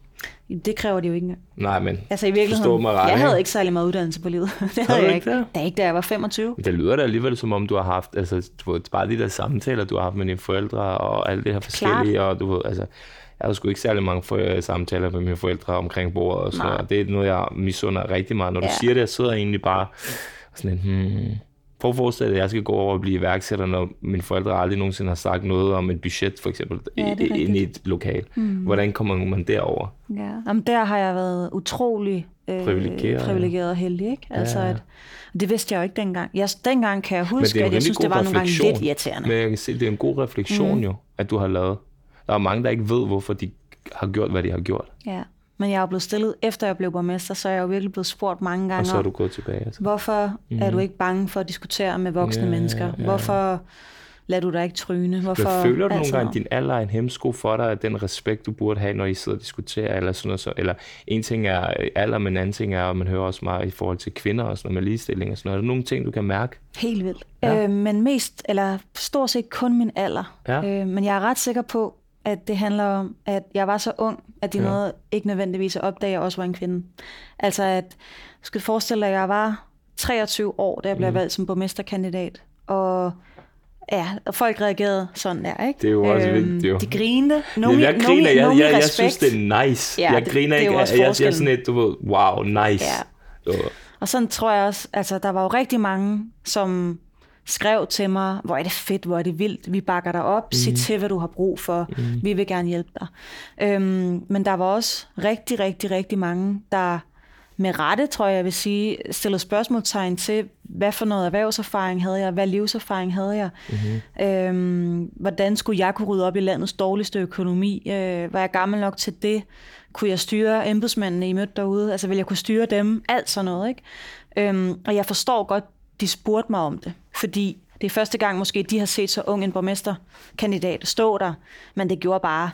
Det kræver de jo ikke engang. Nej, men altså, i virkeligheden, mig ret, jeg havde ikke særlig meget uddannelse på livet. Det havde jeg ikke. Det? Det er ikke, da jeg var femogtyve. Det lyder da alligevel, som om du har haft, altså, du ved, bare de der samtaler, du har haft med dine forældre, og alt det her forskellige, Klart. og du ved, altså, jeg har sgu ikke særlig mange for, samtaler med mine forældre omkring bordet, og sådan noget. Det er noget, jeg misunder rigtig meget. Når ja. du siger det, jeg sidder egentlig bare sådan en, hmm, prøv at forestille dig, at jeg skal gå over og blive iværksætter, når mine forældre aldrig nogensinde har sagt noget om et budget, for eksempel, ja, inde i et lokal. Mm. Hvordan kommer man derover? Ja, jamen, der har jeg været utrolig øh, privilegeret, privilegeret og heldig, ikke? Altså, ja. at, det vidste jeg jo ikke dengang. Jeg, dengang kan jeg huske, at jeg synes, det var nogle gange lidt irriterende. Men jeg kan se, det er en god refleksion mm. jo, at du har lavet. Der er mange, der ikke ved, hvorfor de har gjort, hvad de har gjort. Ja. Men jeg er jo blevet stillet, efter jeg blev borgmester, så er jeg jo virkelig blevet spurgt mange gange. Og så er du gået tilbage. Altså. Hvorfor mm. er du ikke bange for at diskutere med voksne ja, mennesker? Ja. Hvorfor lader du dig ikke tryne? Hvorfor, Men føler du nogle gange, at din alder er en hemsko for dig, at den respekt, du burde have, når I sidder og diskuterer? Eller, sådan noget, så, eller en ting er alder, men en anden ting er, og man hører også meget i forhold til kvinder og sådan noget, med ligestilling og sådan noget. Er der nogle ting, du kan mærke? Helt vildt. Ja. Øh, men mest, eller stort set kun min alder. Ja. Øh, men jeg er ret sikker på, at det handler om, at jeg var så ung, at de ja. nåede ikke nødvendigvis at opdage, at jeg også var en kvinde. Altså, at jeg skal forestille dig, at jeg var treogtyve år, da jeg blev mm. valgt som borgmesterkandidat. Og ja, og folk reagerede sådan der, ikke? Det er jo også øhm, vigtigt, jo. De grinede. Nogle, jeg griner, nogle, jeg, nogle jeg, jeg synes, det er nice. Ja, jeg griner det, det ikke, jeg, jeg, jeg er sådan et, du ved, wow, nice. Ja. Og sådan tror jeg også, altså, der var jo rigtig mange, som skrev til mig, hvor er det fedt, hvor er det vildt, vi bakker dig op, mm. sig til, hvad du har brug for, mm. vi vil gerne hjælpe dig. Øhm, men der var også rigtig, rigtig, rigtig mange, der med rette, tror jeg, jeg vil sige, stillede spørgsmålstegn til, hvad for noget erhvervserfaring havde jeg, hvad livserfaring havde jeg, mm-hmm. øhm, hvordan skulle jeg kunne rydde op i landets dårligste økonomi, øh, var jeg gammel nok til det, kunne jeg styre embedsmændene, I mødte derude, altså ville jeg kunne styre dem, alt sådan noget, ikke? Øhm, og jeg forstår godt, de spurgte mig om det, fordi det er første gang måske, de har set så ung en borgmesterkandidat stå der, men det gjorde bare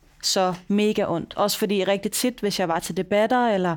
så mega ondt. Også fordi rigtig tit, hvis jeg var til debatter, eller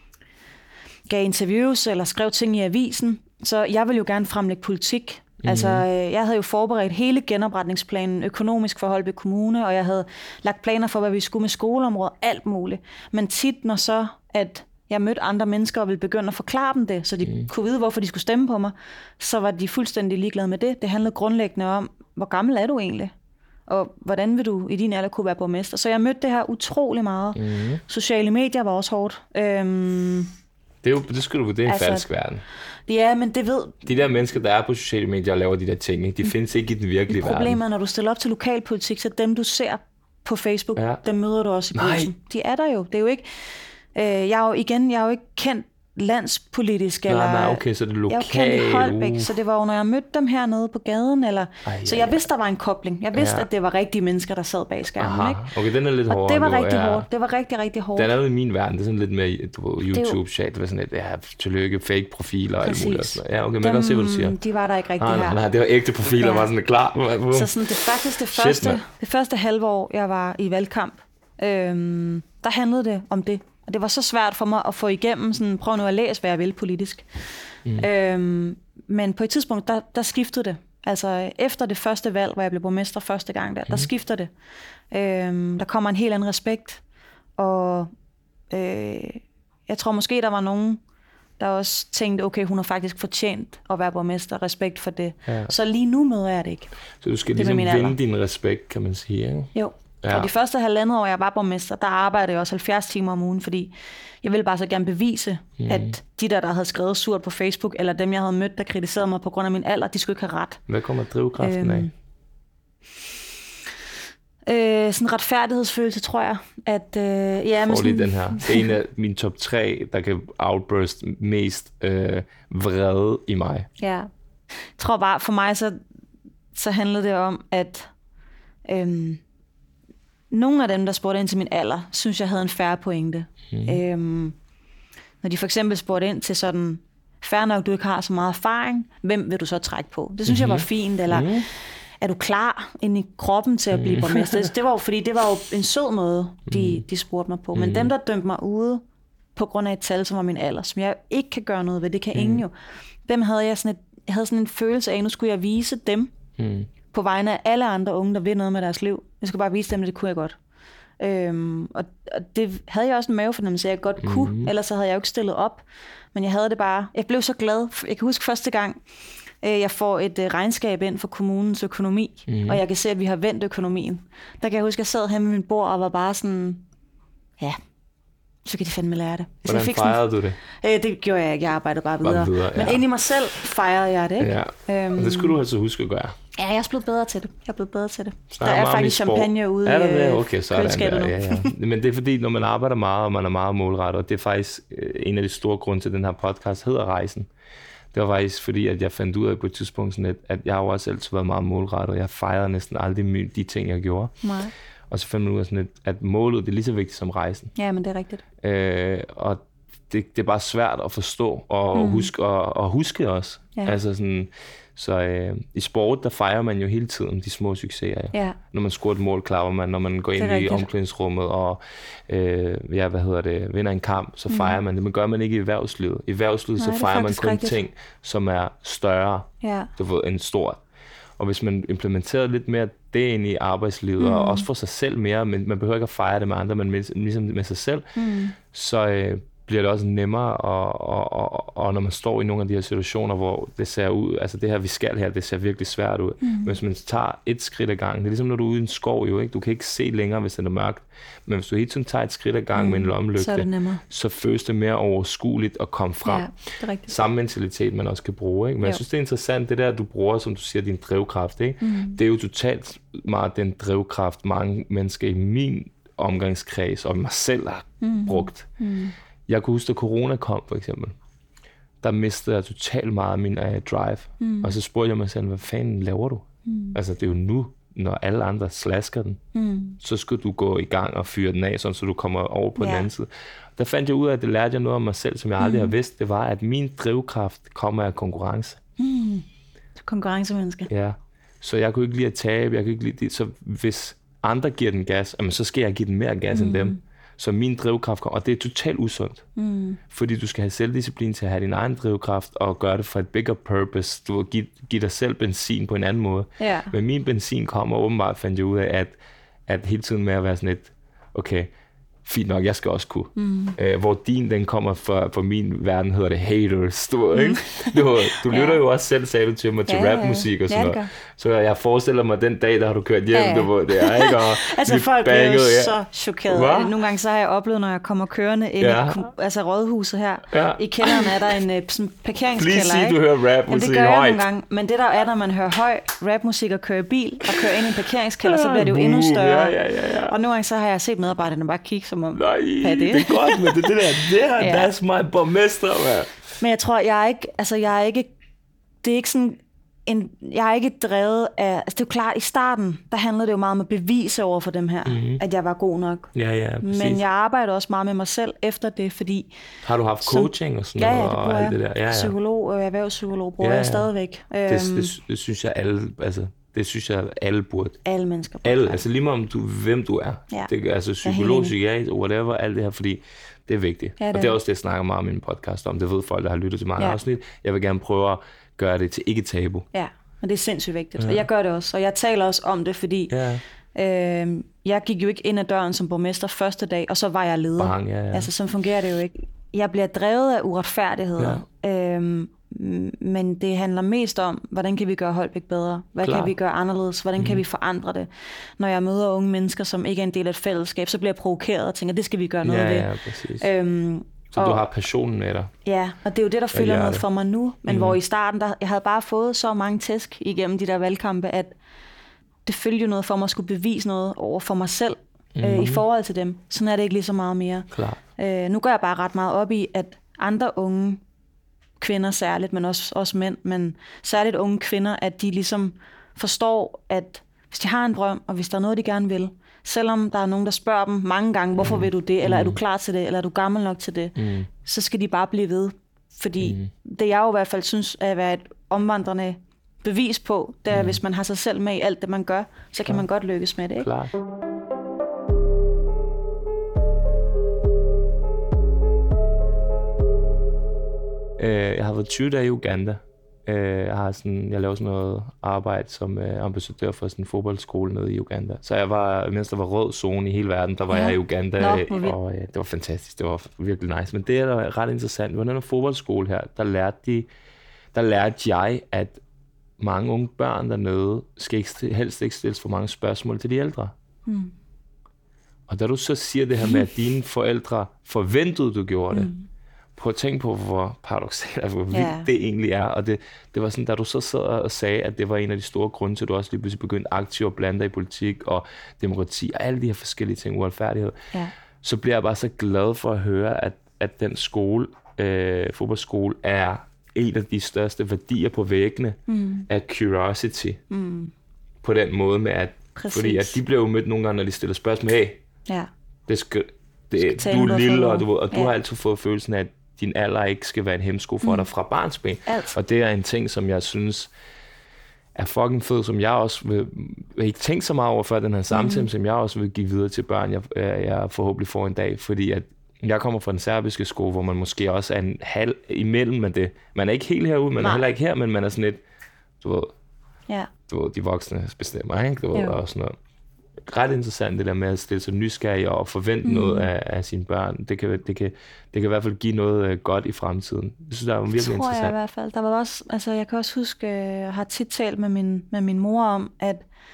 gav interviews, eller skrev ting i avisen, så jeg ville jo gerne fremlægge politik. Mm-hmm. Altså, jeg havde jo forberedt hele genopretningsplanen økonomisk for Holbæk Kommune, og jeg havde lagt planer for, hvad vi skulle med skoleområdet, alt muligt. Men tit, når så, at jeg mødte andre mennesker og ville begynde at forklare dem det, så de mm. kunne vide, hvorfor de skulle stemme på mig, så var de fuldstændig ligeglade med det. Det handlede grundlæggende om, hvor gammel er du egentlig? Og hvordan vil du i din alder kunne være borgmester? Så jeg mødte det her utrolig meget. Mm. Sociale medier var også hårdt. Øhm, det, er jo, det skal du det er en altså, falsk verden. Ja, men det ved... De der mennesker, der er på sociale medier og laver de der ting, de mm. findes ikke i den virkelige verden. Problemet er, når du stiller op til lokalpolitik, så dem, du ser på Facebook, ja. dem møder du også i Brugsen. De er der jo. Det er jo ikke... Jeg er jo igen, jeg er jo ikke kendt landspolitisk, eller nej, nej, okay, så det er lokalt. Jeg er jo kendt i Holbæk, uh. så det var jo, når jeg mødte dem hernede på gaden, eller Ej, så jeg ja. vidste, der var en kobling. Jeg vidste, ja. at det var rigtige mennesker, der sad bag skærmen, ikke? Okay, den er lidt hårdere. Og det var rigtig ja. hårdt. Det var rigtig, rigtig hårdt. Den er jo i min verden, det er sådan lidt mere YouTube-chat, det var sådan et, ja, tillykke, fake profiler og alt muligt. Ja, okay, men jeg kan se, hvad du siger. De var der ikke rigtig ah, her. Nej, nej, det var ægte profiler, ja. var sådan klar. Så sådan, det faktisk det første, Shit, det første halve år, jeg var i valgkamp, øhm, der handlede det om det. Og det var så svært for mig at få igennem, sådan, prøv nu at læse, hvad jeg vil politisk. Mm. Øhm, men på et tidspunkt, der, der skiftede det. Altså efter det første valg, hvor jeg blev borgmester første gang, der, mm. der skifter det. Øhm, der kommer en helt anden respekt. Og øh, jeg tror måske, der var nogen, der også tænkte, okay, hun har faktisk fortjent at være borgmester, respekt for det. Ja. Så lige nu møder jeg det ikke. Så du skal det ligesom vinde din respekt, kan man sige, ikke? Jo. Ja. Og de første halvandet år, jeg var borgmester, der arbejdede jeg også halvfjerds timer om ugen, fordi jeg ville bare så gerne bevise, mm. at de der, der havde skrevet surt på Facebook, eller dem, jeg havde mødt, der kritiserede mig på grund af min alder, de skulle ikke have ret. Hvad kommer drivkraften øhm, af? Øh, sådan en retfærdighedsfølelse, tror jeg. At, øh, ja, Får sådan, lige den her. Det er en af mine top tre, der kan outburst mest øh, vrede i mig. Ja. Jeg tror bare, for mig så, så handlede det om, at øhm, nogle af dem, der spurgte ind til min alder, synes jeg havde en fair pointe. Mm. Øhm, når de for eksempel spurgte ind til sådan, fair nok, du ikke har så meget erfaring, hvem vil du så trække på? Det synes mm. jeg var fint, eller mm. er du klar ind i kroppen til at blive mm. borgmester? Det var jo, fordi det var jo en sød måde, de, de spurgte mig på. Men mm. dem, der dømte mig ude på grund af et tal, som var min alder, som jeg ikke kan gøre noget ved, det kan mm. ingen jo. Dem havde jeg sådan, et, jeg havde sådan en følelse af, nu skulle jeg vise dem, mm. på vegne af alle andre unge, der vil noget med deres liv. Jeg skulle bare vise dem, at det kunne jeg godt. Øhm, og, og det havde jeg også en mavefornemmelse, at jeg godt kunne, mm-hmm. ellers så havde jeg jo ikke stillet op. Men jeg havde det bare, jeg blev så glad. Jeg kan huske første gang, øh, jeg får et øh, regnskab ind for kommunens økonomi, mm-hmm. og jeg kan se, at vi har vendt økonomien. Der kan jeg huske, at jeg sad her med min bord og var bare sådan, ja, så kan de fandme lære det. Så Hvordan fejrede sådan, du det? Øh, det gjorde jeg ikke, jeg arbejdede bare videre. Bare videre ja. Men ind i mig selv fejrede jeg det, ikke? Ja. Øhm, og det skulle du altså huske at gøre. Ja, jeg er blevet bedre til det. Jeg er blevet bedre til det. Der er, er faktisk champagne ude er i okay, køleskabet nu. Ja, ja. Men det er fordi, når man arbejder meget, og man er meget målrettet, og det er faktisk en af de store grunde til, at den her podcast hedder Rejsen. Det var faktisk fordi, at jeg fandt ud af på et tidspunkt, sådan at, at jeg har jo også altid været meget målrettet, og jeg fejrede næsten aldrig de ting, jeg gjorde. Nej. Og så fandt man ud af, sådan, at, at målet det er lige så vigtigt som rejsen. Ja, men det er rigtigt. Øh, og det, det er bare svært at forstå og mm. huske, og, og huske også. Ja. Altså sådan... Så øh, i sport, der fejrer man jo hele tiden de små succeser. Ja. Ja. Når man scorer et mål, klapper man. Når man går ind i omklædningsrummet og øh, ja, hvad hedder det, vinder en kamp, så fejrer mm. man det. Men gør man ikke i erhvervslivet. I erhvervslivet, Nej, så fejrer man kun rigtigt. ting, som er større ja. end stort. Og hvis man implementerer lidt mere det ind i arbejdslivet, mm. og også for sig selv mere, men man behøver ikke at fejre det med andre, men ligesom med sig selv, mm. så... Øh, bliver det også nemmere, og, og, og, og når man står i nogle af de her situationer, hvor det ser ud, altså det her, vi skal her, det ser virkelig svært ud. Mm. Men hvis man tager et skridt ad gangen, det er ligesom, når du er ude i en skov, jo, ikke? Du kan ikke se længere, hvis det er mørkt, men hvis du hele tiden tager et skridt ad gangen mm. med en lommelygte, så, så føles det mere overskueligt at komme frem. Ja, det er rigtigt. Samme mentalitet, man også kan bruge, ikke? Men jo. Jeg synes, det er interessant, det der, du bruger, som du siger, din drivkraft, ikke? Mm. Det er jo totalt meget den drivkraft, mange mennesker i min omgangskreds, og mig selv har mm. brugt. Mm. Jeg kunne huske, da corona kom, for eksempel. Der mistede jeg totalt meget af min uh, drive. Mm. Og så spurgte jeg mig selv, hvad fanden laver du? Mm. Altså, det er jo nu, når alle andre slasker den. Mm. Så skal du gå i gang og fyre den af, sådan, så du kommer over på yeah. den anden side. Der fandt jeg ud af, at det lærte jeg noget om mig selv, som jeg aldrig mm. har vidst. Det var, at min drivkraft kommer af konkurrence. Mm. Konkurrencemenneske. Ja. Så jeg kunne ikke lide at tabe. Jeg kunne ikke lide det. Så hvis andre giver den gas, jamen, så skal jeg give den mere gas mm. end dem. Så min drivkraft kommer, og det er totalt usundt. Mm. Fordi du skal have selvdisciplin til at have din egen drivkraft, og gøre det for et bigger purpose. Du vil give, give dig selv benzin på en anden måde. Ja. Men min benzin kommer åbenbart, fandt jeg ud af, at, at hele tiden med at være sådan et, okay, fint nok, jeg skal også kunne. Mm. Øh, hvor din, den kommer fra, fra min verden, hedder det haters, du, ikke? Du, du lytter ja. jo også selv, sagde du til mig, til ja, rapmusik og sådan ja, noget. Så jeg forestiller mig, den dag, der har du kørt hjem, ja, ja. Du, det er ikke? Og altså folk bliver jo ja. så chokeret. Nogle gange så har jeg oplevet, når jeg kommer kørende ind ja. i altså rådhuset her, ja. i kælderen er der en sådan, parkeringskælder. Please sige, du hører rapmusik højt. Det gør jeg nogle gange, men det der er, når man hører høj rapmusik og kører bil, og kører ind i en parkeringskælder, så bliver det jo endnu større. Ja, ja, ja, ja. Og nogle gange så har jeg set medarbejderne bare kigge som om, nej, det? det er godt, men det, det der, det her, ja. that's my borgmester, man. Men jeg tror, jeg er ikke, altså jeg er ikke, det er ikke sådan, en, jeg er ikke drevet af, altså det er jo klart, i starten, der handlede det jo meget om at bevise over for dem her, mm-hmm. at jeg var god nok. Ja, ja, præcis. Men jeg arbejder også meget med mig selv efter det, fordi... Har du haft coaching og sådan ja, noget? Ja, det bruger jeg. Det der? Ja, ja. Psykolog og erhvervspsykolog bruger ja, ja. jeg stadigvæk. Det, det, det synes jeg alle, altså Det synes jeg, alle burde. Alle mennesker burde. Alle, altså lige meget om du, hvem du er. Ja. Det, altså psykolog, psykiater, whatever, alt det her, fordi det er vigtigt. Ja, det og det er også det, jeg snakker meget om i min podcast om. Det ved folk, der har lyttet til mange ja. afsnit. Jeg vil gerne prøve at gøre det til ikke tabu. Ja, og det er sindssygt vigtigt. Ja. Og jeg gør det også, og jeg taler også om det, fordi ja. øh, jeg gik jo ikke ind ad døren som borgmester første dag, og så var jeg leder. Bang, ja, ja. Altså, sådan fungerer det jo ikke. Jeg bliver drevet af uretfærdigheder. Ja. Øhm, men det handler mest om, hvordan kan vi gøre Holbæk bedre? Hvad Klar. kan vi gøre anderledes? Hvordan mm. kan vi forandre det? Når jeg møder unge mennesker, som ikke er en del af et fællesskab, så bliver jeg provokeret og tænker, det skal vi gøre noget ja, ved. Ja, præcis. Øhm, så og, du har passionen med dig? Ja, og det er jo det, der fylder noget for mig nu. Men mm. hvor i starten, der, jeg havde bare fået så mange tæsk igennem de der valgkampe, at det følte jo noget for mig at skulle bevise noget over for mig selv mm. øh, i forhold til dem. Sådan er det ikke lige så meget mere. Klar. Øh, nu går jeg bare ret meget op i, at andre unge kvinder særligt, men også, også mænd, men særligt unge kvinder, at de ligesom forstår, at hvis de har en drøm, og hvis der er noget, de gerne vil, selvom der er nogen, der spørger dem mange gange, hvorfor mm. vil du det, eller mm. er du klar til det, eller er du gammel nok til det, mm. så skal de bare blive ved. Fordi mm. det jeg jo i hvert fald synes, at være et omvandrende bevis på, det er, mm. hvis man har sig selv med i alt det, man gør, så kan Klar. man godt lykkes med det, ikke? Klar. Jeg har været tyve dage i Uganda. Jeg, har sådan, jeg laver sådan noget arbejde som ambassadør for sådan en fodboldskole nede i Uganda. Så jeg var, mens der var rød zone i hele verden, der var ja. jeg i Uganda, Nå, og ja, det var fantastisk. Det var virkelig nice. Men det er da ret interessant. På den her fodboldskole her, der lærte, de, der lærte jeg, at mange unge børn dernede skal ikke, helst ikke stilles for mange spørgsmål til de ældre. Hmm. Og da du så siger det her med, at dine forældre forventede, du gjorde det, hmm. prøv at tænke på, hvor paradoksalt, altså, hvor vildt yeah. det egentlig er. Og det, det var sådan, da du så sad og sagde, at det var en af de store grunde til, at du også lige pludselig begyndte aktivt at blande dig i politik og demokrati og alle de her forskellige ting, uretfærdighed, yeah. så bliver jeg bare så glad for at høre, at, at den skole, øh, fodboldskole, er en af de største værdier på væggene mm. af curiosity. Mm. På den måde med, at Præcis. fordi at de bliver jo mødt nogle gange, når de stiller spørgsmål, hey, yeah. det skal, det, du er lille, og du, og du yeah. har altid fået følelsen af, at din alder ikke skal være en hemsko for mm. dig fra barnsben. Alt. Og det er en ting, som jeg synes er fucking fed, som jeg også vil, vil ikke tænke så meget over før den her samtale, mm. som jeg også vil give videre til børn, jeg, jeg forhåbentlig får en dag, fordi at jeg kommer fra den serbiske skole, hvor man måske også er en halv imellem, men det, man er ikke helt herude, man Nej. er heller ikke her, men man er sådan lidt, du ved, ja. du ved de voksne bestemmer, ikke? Du ved, og sådan noget. Ret interessant det der med at stille sig nysgerrig og forvente mm. noget af, af sine børn. Det kan, det, kan, det kan i hvert fald give noget godt i fremtiden. Det synes jeg er virkelig interessant. Det tror jeg i hvert fald. Der var også, altså jeg kan også huske, jeg har tit talt med min, med min mor om, at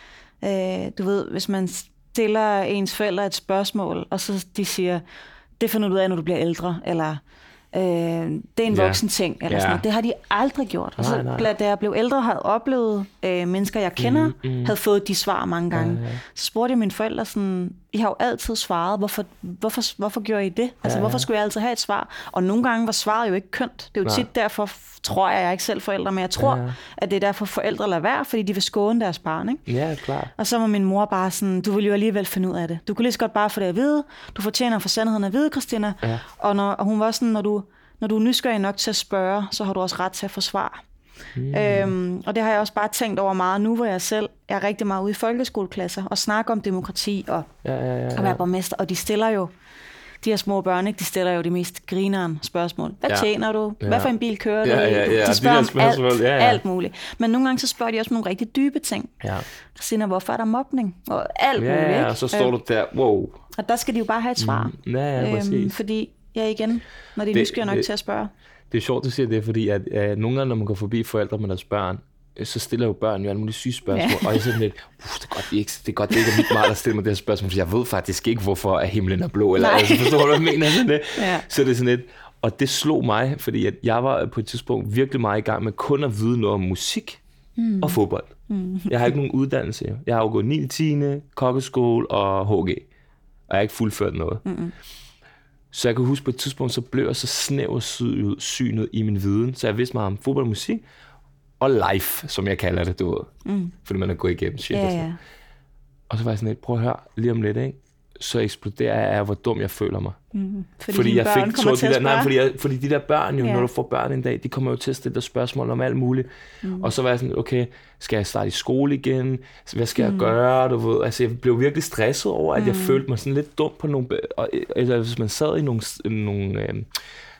øh, du ved, hvis man stiller ens forældre et spørgsmål, og så de siger, det finder du ud af, når du bliver ældre, eller øh, det er en yeah. voksen ting, eller yeah. sådan noget. Det har de aldrig gjort. Og så, nej, nej. da jeg blev ældre, havde oplevet øh, mennesker, jeg kender, mm, mm. havde fået de svar mange gange. Ja, ja. Så spurgte jeg mine forældre sådan, I har jo altid svaret, hvorfor, hvorfor, hvorfor gjorde I det? Altså, ja, ja. hvorfor skulle jeg altid have et svar? Og nogle gange var svaret jo ikke kønt. Det er jo nej. tit derfor, tror jeg, jeg er ikke selv forældre, men jeg tror, ja, ja. at det er derfor forældre lader være, fordi de vil skåne deres barn, ikke? Ja, klart. Og så var min mor bare sådan, du vil jo alligevel finde ud af det. Du kunne lige så godt bare få det at vide. Du fortjener for sandheden at vide, Christina. Ja. Og, når, og hun var sådan, når du Når du er nysgerrig nok til at spørge, så har du også ret til at få svar. Mm. Øhm, og det har jeg også bare tænkt over meget nu, hvor jeg selv er rigtig meget ude i folkeskoleklasser og snakker om demokrati og ja, ja, ja, ja. at være borgmester. Og de stiller jo, de her små børn, ikke? De stiller jo de mest grineren spørgsmål. Hvad ja. tjener du? Ja. Hvad for en bil kører du? Ja, ja, ja. De spørger de om alt, ja, ja. alt muligt. Men nogle gange så spørger de også nogle rigtig dybe ting. Ja. Christina, hvorfor er der mobning? Og alt ja, muligt. Ja, og så står du der, wow. Og der skal de jo bare have et svar. Mm. Ja, ja, præcis. Øhm, fordi Ja, igen, når de er nysgerrige nok det, til at spørge. Det er sjovt, du siger det, fordi at øh, nogle gange, når man går forbi forældre med deres børn, øh, så stiller jo børn jo alle mulige syge spørgsmål. Ja. Og jeg er sådan lidt, uh, det er godt, det er ikke, det er godt, det ikke er mit meget at stille mig det her spørgsmål, for jeg ved faktisk ikke, hvorfor er himlen er blå, eller altså, forstår du, hvad jeg mener? Sådan det. Ja. Så det er sådan lidt, og det slog mig, fordi at jeg var på et tidspunkt virkelig meget i gang med kun at vide noget om musik mm. og fodbold. Mm. Jeg har ikke nogen uddannelse. Jeg har jo gået niende tiende, kokkeskole og H G. Og jeg har ikke fuldført noget. Mm. Så jeg kan huske på et tidspunkt, så blev jeg så snæversynet i min viden, så jeg vidste meget om fodbold og musik, og life, som jeg kalder det, du ved. Mm. Fordi man er gået igennem shit. Ja, og sådan. Ja. Og så var jeg sådan lidt, prøv at høre, lige om lidt, ikke? så eksploderer jeg af, hvor dum jeg føler mig. Mm. Fordi, fordi jeg fik to de der, nej, fordi, jeg, fordi de der børn jo, ja. når du får børn en dag, de kommer jo til at stille dig spørgsmål om alt muligt. Mm. Og så var jeg sådan, okay, skal jeg starte i skole igen? Hvad skal mm. jeg gøre? Du ved, altså jeg blev virkelig stresset over, at mm. jeg følte mig sådan lidt dum på nogle, eller hvis man sad i nogle, nogle øh, en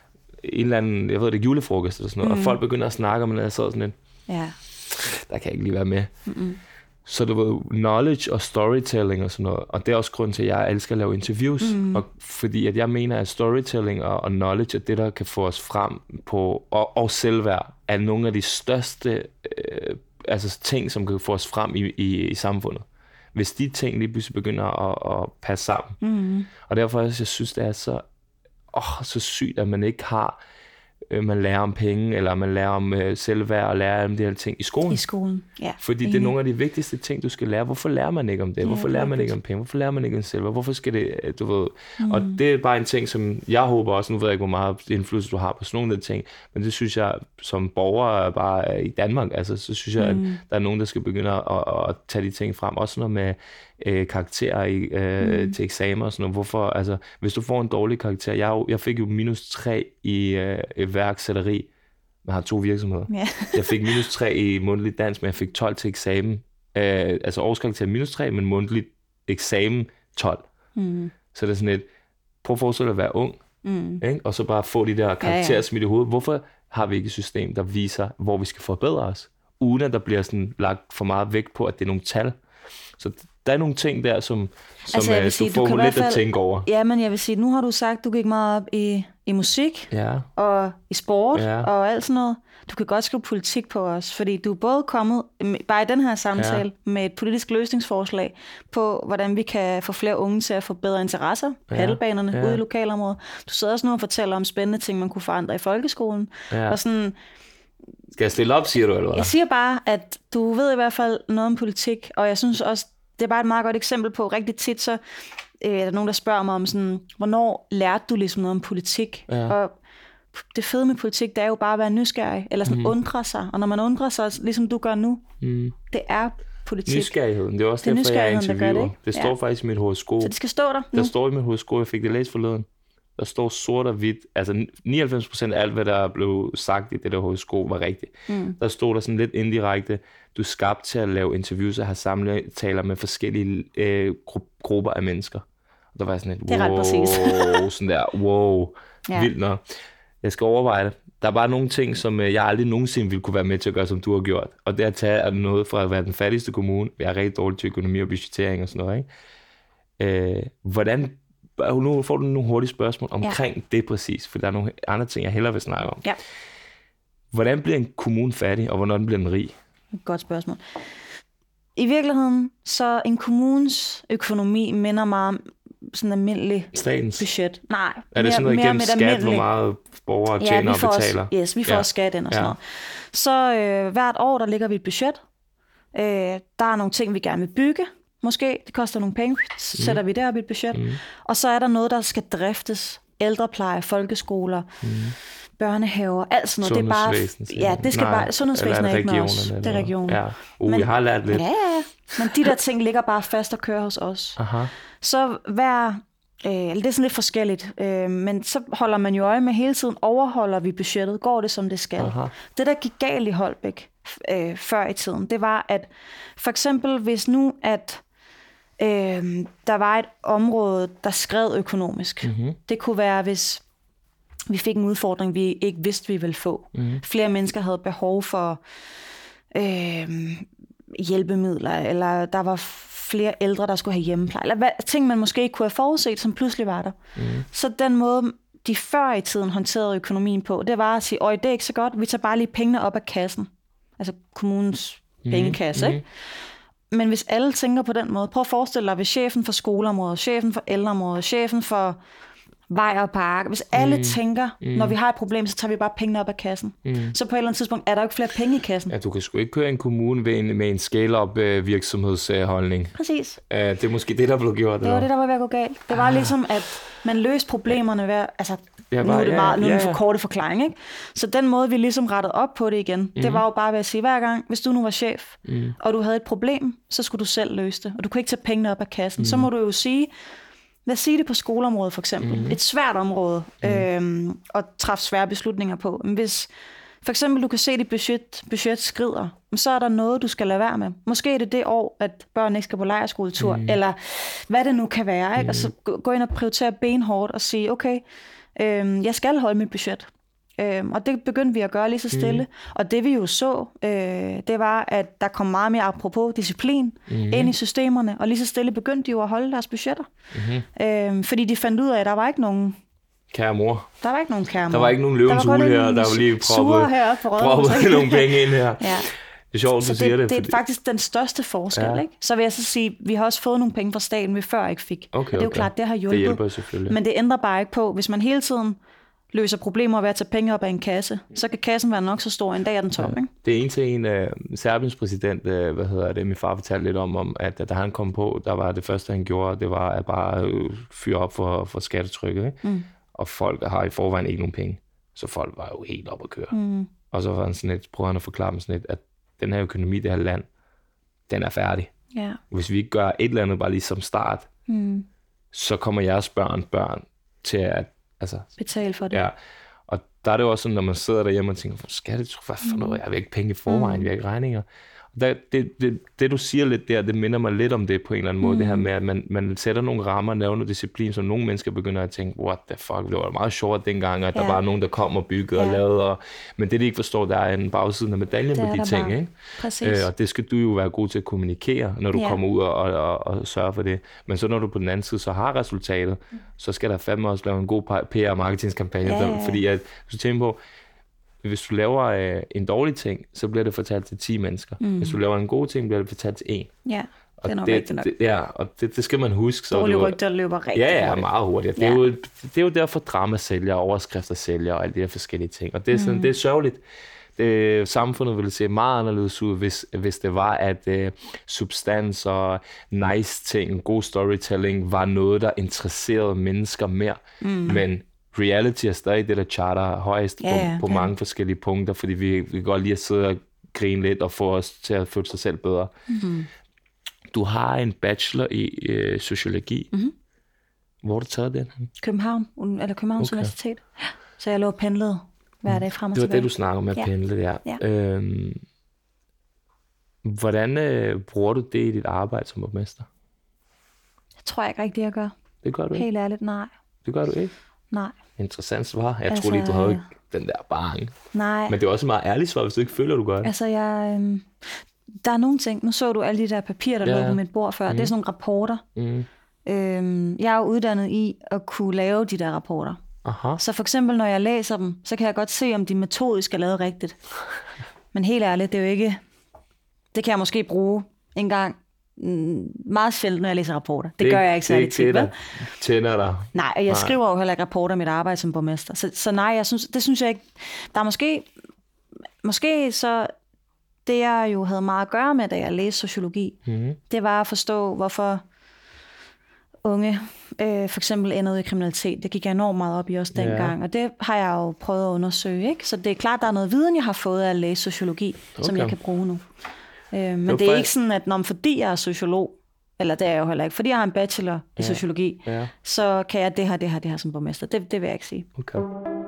eller anden, jeg ved det, julefrokost eller sådan noget, mm. og folk begynder at snakke om, at jeg sad sådan lidt, ja. der kan jeg ikke lige være med. Mm-mm. Så du ved, knowledge og storytelling og sådan noget, og det er også grund til, at jeg elsker at lave interviews, mm. og fordi at jeg mener, at storytelling og, og knowledge er det, der kan få os frem på, og, og selvværd, er nogle af de største øh, altså ting, som kan få os frem i, i, i samfundet. Hvis de ting lige pludselig begynder at, at passe sammen. Mm. Og derfor jeg synes, det er så, åh, så sygt, at man ikke har man lærer om penge, eller man lærer om øh, selvværd, og lærer om de her ting i skolen. I skolen, ja. Fordi det er nogle af de vigtigste ting, du skal lære. Hvorfor lærer man ikke om det? Hvorfor ja, lærer man ikke om penge? Hvorfor lærer man ikke om selvværd? Hvorfor skal det, du ved... Mm. Og det er bare en ting, som jeg håber også, nu ved jeg ikke, hvor meget indflydelse du har på sådan nogle af de ting, men det synes jeg, som borger bare i Danmark, altså, så synes jeg, mm. at der er nogen, der skal begynde at, at, at tage de ting frem. Også noget med øh, karakterer i, øh, mm. til eksamen og sådan noget. Hvorfor, altså, hvis du får en dårlig karakter... Jeg, jeg fik jo minus tre i øh, værksætteri. Jeg har to virksomheder. Yeah. Jeg fik minus tre i mundtlig dansk, men jeg fik tolv til eksamen. Øh, altså årskarakter minus tre, men mundtlig eksamen tolv. Mm. Så det er sådan et, prøv at forestille dig at være ung, mm. ikke? Og så bare få de der karakterer ja, ja. smidt i hovedet. Hvorfor har vi ikke et system, der viser, hvor vi skal forbedre os? Uden at der bliver sådan lagt for meget vægt på, at det er nogle tal. Så der er nogle ting der, som, som altså, du sige, får du lidt fald, at tænke over. Ja, men jeg vil sige, nu har du sagt, du gik meget op i, i musik, ja. og i sport, ja. og alt sådan noget. Du kan godt skrive politik på os, fordi du er både kommet, bare i den her samtale, ja. med et politisk løsningsforslag på, hvordan vi kan få flere unge til at få bedre interesser, ja. paddelbanerne ja. ude i lokalområdet. Du sidder også nu og fortæller om spændende ting, man kunne forandre i folkeskolen. Ja. Og sådan... Skal jeg stille op, siger du, eller hvad? Jeg siger bare, at du ved i hvert fald noget om politik, og jeg synes også, det er bare et meget godt eksempel på, rigtig tit så øh, er der nogen, der spørger mig om sådan, hvornår lærte du ligesom noget om politik? Ja. Og det fede med politik, det er jo bare at være nysgerrig, eller sådan mm. undre sig. Og når man undrer sig, ligesom du gør nu, mm. det er politik. Nysgerrigheden, det er også det derfor, jeg er interviewer. Det, det står ja. faktisk i mit horoskop. Så det skal stå der nu? Der står i mit horoskop, jeg fik det læst forleden. Der står sort og hvidt, altså nioghalvfems procent af alt, hvad der blev sagt i det der horoskop, var rigtigt. Mm. Der stod der sådan lidt indirekte, du er skabt til at lave interviews og have samtaler med forskellige øh, gru- grupper af mennesker. Og der var sådan et, wow, det er ret præcis. sådan der, wow, ja. vildt nok. Jeg skal overveje det. Der er bare nogle ting, som jeg aldrig nogensinde ville kunne være med til at gøre, som du har gjort. Og det at tage noget fra at være den fattigste kommune, jeg er rigtig dårlig til økonomi og budgettering og sådan noget, ikke? Øh, hvordan... Nu får du nogle hurtige spørgsmål omkring ja. det præcis, for der er nogle andre ting, jeg hellere vil snakke om. Ja. Hvordan bliver en kommune fattig, og hvornår bliver den rig? Godt spørgsmål. I virkeligheden, så en kommunes økonomi minder meget om sådan en almindelig Statens. budget. Nej, er det sådan noget igennem skat, hvor meget borgere ja, tjener og betaler? Også, yes, vi får ja. skat ind og sådan ja. noget. Så øh, hvert år, der ligger vi et budget. Øh, der er nogle ting, vi gerne vil bygge. Måske, det koster nogle penge, så sætter mm. vi det op i et budget. Mm. Og så er der noget, der skal driftes. Ældrepleje, folkeskoler, mm. børnehaver, alt sådan noget. Det er bare, ja, det skal Nej, bare, sundhedsvæsenet er ikke med os. Det er regionen. Ja. Uh, men, jeg har lært lidt. Ja, ja, men de der ting ligger bare fast og kører hos os. Aha. Så hver, øh, det er sådan lidt forskelligt, øh, men så holder man jo øje med hele tiden, overholder vi budgettet, går det som det skal. Aha. Det der gik galt i Holbæk øh, før i tiden, det var, at for eksempel hvis nu, at Øh, der var et område, der skred økonomisk. Mm-hmm. Det kunne være, hvis vi fik en udfordring, vi ikke vidste, vi ville få. Mm-hmm. Flere mennesker havde behov for øh, hjælpemidler, eller der var flere ældre, der skulle have hjemmepleje, eller hvad, ting, man måske ikke kunne have forudset, som pludselig var der. Mm-hmm. Så den måde, de før i tiden håndterede økonomien på, det var at sige, øj, det er ikke så godt, vi tager bare lige pengene op af kassen. Altså kommunens mm-hmm. pengekasse, ikke? Men hvis alle tænker på den måde, prøv at forestille dig, hvis chefen for skoleområdet, chefen for ældreområdet, chefen for vej og park, hvis alle mm. tænker, mm. når vi har et problem, så tager vi bare pengene op af kassen. Mm. Så på et eller andet tidspunkt er der jo ikke flere penge i kassen. Ja, du kan sgu ikke køre en kommune med en, med en scale-up øh, virksomhedsholdning. Præcis. Uh, det er måske det, der blev gjort. Det var det, der var ved at gå galt. Det var ah. ligesom, at man løste problemerne ved, altså ja, nu er det meget, nu er ja, det en for korte forklaring, ikke? Så den måde, vi ligesom rettede op på det igen, mm. det var jo bare ved at sige, hver gang, hvis du nu var chef, mm. og du havde et problem, så skulle du selv løse det, og du kunne ikke tage pengene op af kassen. Mm. Så må du jo sige, lad os sige det på skoleområdet for eksempel. Mm. Et svært område mm. øhm, at træffe svære beslutninger på. Men hvis for eksempel du kan se, at dit budget, budget skrider, så er der noget, du skal lade være med. Måske er det det år, at børn ikke skal på lejrskoletur, mm. eller hvad det nu kan være. Ikke? Mm. Og så gå ind og prioritere benhårdt og sige, okay, øhm, jeg skal holde mit budget. Øhm, og det begyndte vi at gøre lige så stille. Mm. Og det vi jo så, øh, det var, at der kom meget mere apropos disciplin mm. ind i systemerne, og lige så stille begyndte de jo at holde deres budgetter. Mm. Øhm, fordi de fandt ud af, at der var ikke nogen... Kære mor. Der var ikke nogen kære mor. Der var ikke nogen løvens hule her, der var lige proppet, proppet nogle penge ind her. Ja. Det er sjovt, så du siger det. Det er fordi... faktisk den største forskel, ja. Ikke? Så vil jeg så sige, vi har også fået nogle penge fra staten, vi før ikke fik. Okay, og det er jo okay. klart, det har hjulpet. Det hjælper selvfølgelig. Men det ændrer bare ikke på, hvis man hele tiden løser problemer ved at tage penge op af en kasse, så kan kassen være nok så stor, en dag er den tom. Ja. Ikke? Det er en til en, uh, Serbiens præsident, uh, hvad hedder det, min far fortalte lidt om, om at da han kom på, der var det første, han gjorde, det var at bare uh, fyre op for, for skattetrykket. Ikke? Mm. Og folk har i forvejen ikke nogen penge. Så folk var jo helt op at køre. Mm. Og så var han sådan lidt, prøvede han at forklare dem sådan lidt, at den her økonomi, det her land, den er færdig. Yeah. Hvis vi ikke gør et eller andet bare lige som start, mm. så kommer jeres børn, børn til at altså, betale for det. Ja. Og der er det jo også sådan, når man sidder derhjemme og tænker, skattetryk, hvad for noget? Jeg har ikke penge i forvejen, mm. vi har ikke regninger. Der, det, det, det, du siger lidt der, det minder mig lidt om det på en eller anden måde, mm. det her med, at man, man sætter nogle rammer, laver noget disciplin, som nogle mennesker begynder at tænke, what the fuck, det var meget sjovt dengang, at ja. Der var nogen, der kom og byggede ja. Og lavede, og, men det, de ikke forstår, der er en bagsiden af medaljen på de ting, ikke? Præcis. Øh, og det skal du jo være god til at kommunikere, når du ja. Kommer ud og, og, og, og sørger for det. Men så når du på den anden side så har resultatet, mm. så skal der fandme også lave en god P R- og marketingskampagne, ja, ja, ja. Fordi at, du tænker på, hvis du laver øh, en dårlig ting, så bliver det fortalt til ti mennesker. Mm. Hvis du laver en god ting, bliver det fortalt til en. Ja, det er nok det, rigtigt nok. Det, ja, og det, det skal man huske. Dårlige rygter løber rigtig ja, ja, hurtigt. meget hurtigt. Det er, ja. jo, det er jo derfor drama sælger, overskrifter sælger og alle de her forskellige ting. Og det er, sådan, mm. det er sørgeligt. Det, samfundet ville se meget anderledes ud, hvis, hvis det var, at uh, substans og nice ting, god storytelling, var noget, der interesserede mennesker mere. Mm. Men reality er stadig det, der charter højst ja, ja, på, på ja. Mange forskellige punkter, fordi vi, vi kan godt lide at sidde og grine lidt og få os til at føle sig selv bedre. Mm-hmm. Du har en bachelor i øh, sociologi. Mm-hmm. Hvor har du taget den? København, eller Københavns okay. Universitet. Så jeg lå og pendlede hver dag frem og tilbage. Det var det, du snakker om at ja. Pendle, ja. ja. Øhm, hvordan øh, bruger du det i dit arbejde som borgmester? Jeg tror ikke rigtigt, jeg gør. Det gør du ikke? Helt ærligt, nej. Det gør du ikke? Nej. Interessant svar. Jeg altså, tror lige, du havde den der bang. Nej. Men det er også et meget ærligt svar, hvis du ikke føler, du gør det. Altså, jeg... Øh, der er nogle ting. Nu så du alle de der papirer, der ja. Lå på mit bord før. Mm. Det er sådan nogle rapporter. Mm. Øh, jeg er jo uddannet i at kunne lave de der rapporter. Aha. Så for eksempel, når jeg læser dem, så kan jeg godt se, om de metodisk er lavet rigtigt. Men helt ærligt, det er jo ikke... Det kan jeg måske bruge en gang meget sjældent, når jeg læser rapporter. Det, det gør jeg ikke særlig tit, vel? Tænder dig. Nej, og jeg nej. Skriver jo heller ikke rapporter om mit arbejde som borgmester. Så, så nej, jeg synes, det synes jeg ikke... Der er måske... Måske så... Det, jeg jo havde meget at gøre med, da jeg læste sociologi, mm-hmm. det var at forstå, hvorfor unge øh, for eksempel endede i kriminalitet. Det gik jeg enormt meget op i også dengang, ja. Og det har jeg jo prøvet at undersøge. Ikke? Så det er klart, der er noget viden, jeg har fået af at læse sociologi, okay. som jeg kan bruge nu. Øh, men det, det er ikke sådan, at når, fordi jeg er sociolog, eller det er jeg jo heller ikke, fordi jeg har en bachelor ja. I sociologi, ja. Så kan jeg det her, det her, det her som borgmester. Det, det vil jeg ikke sige. Okay.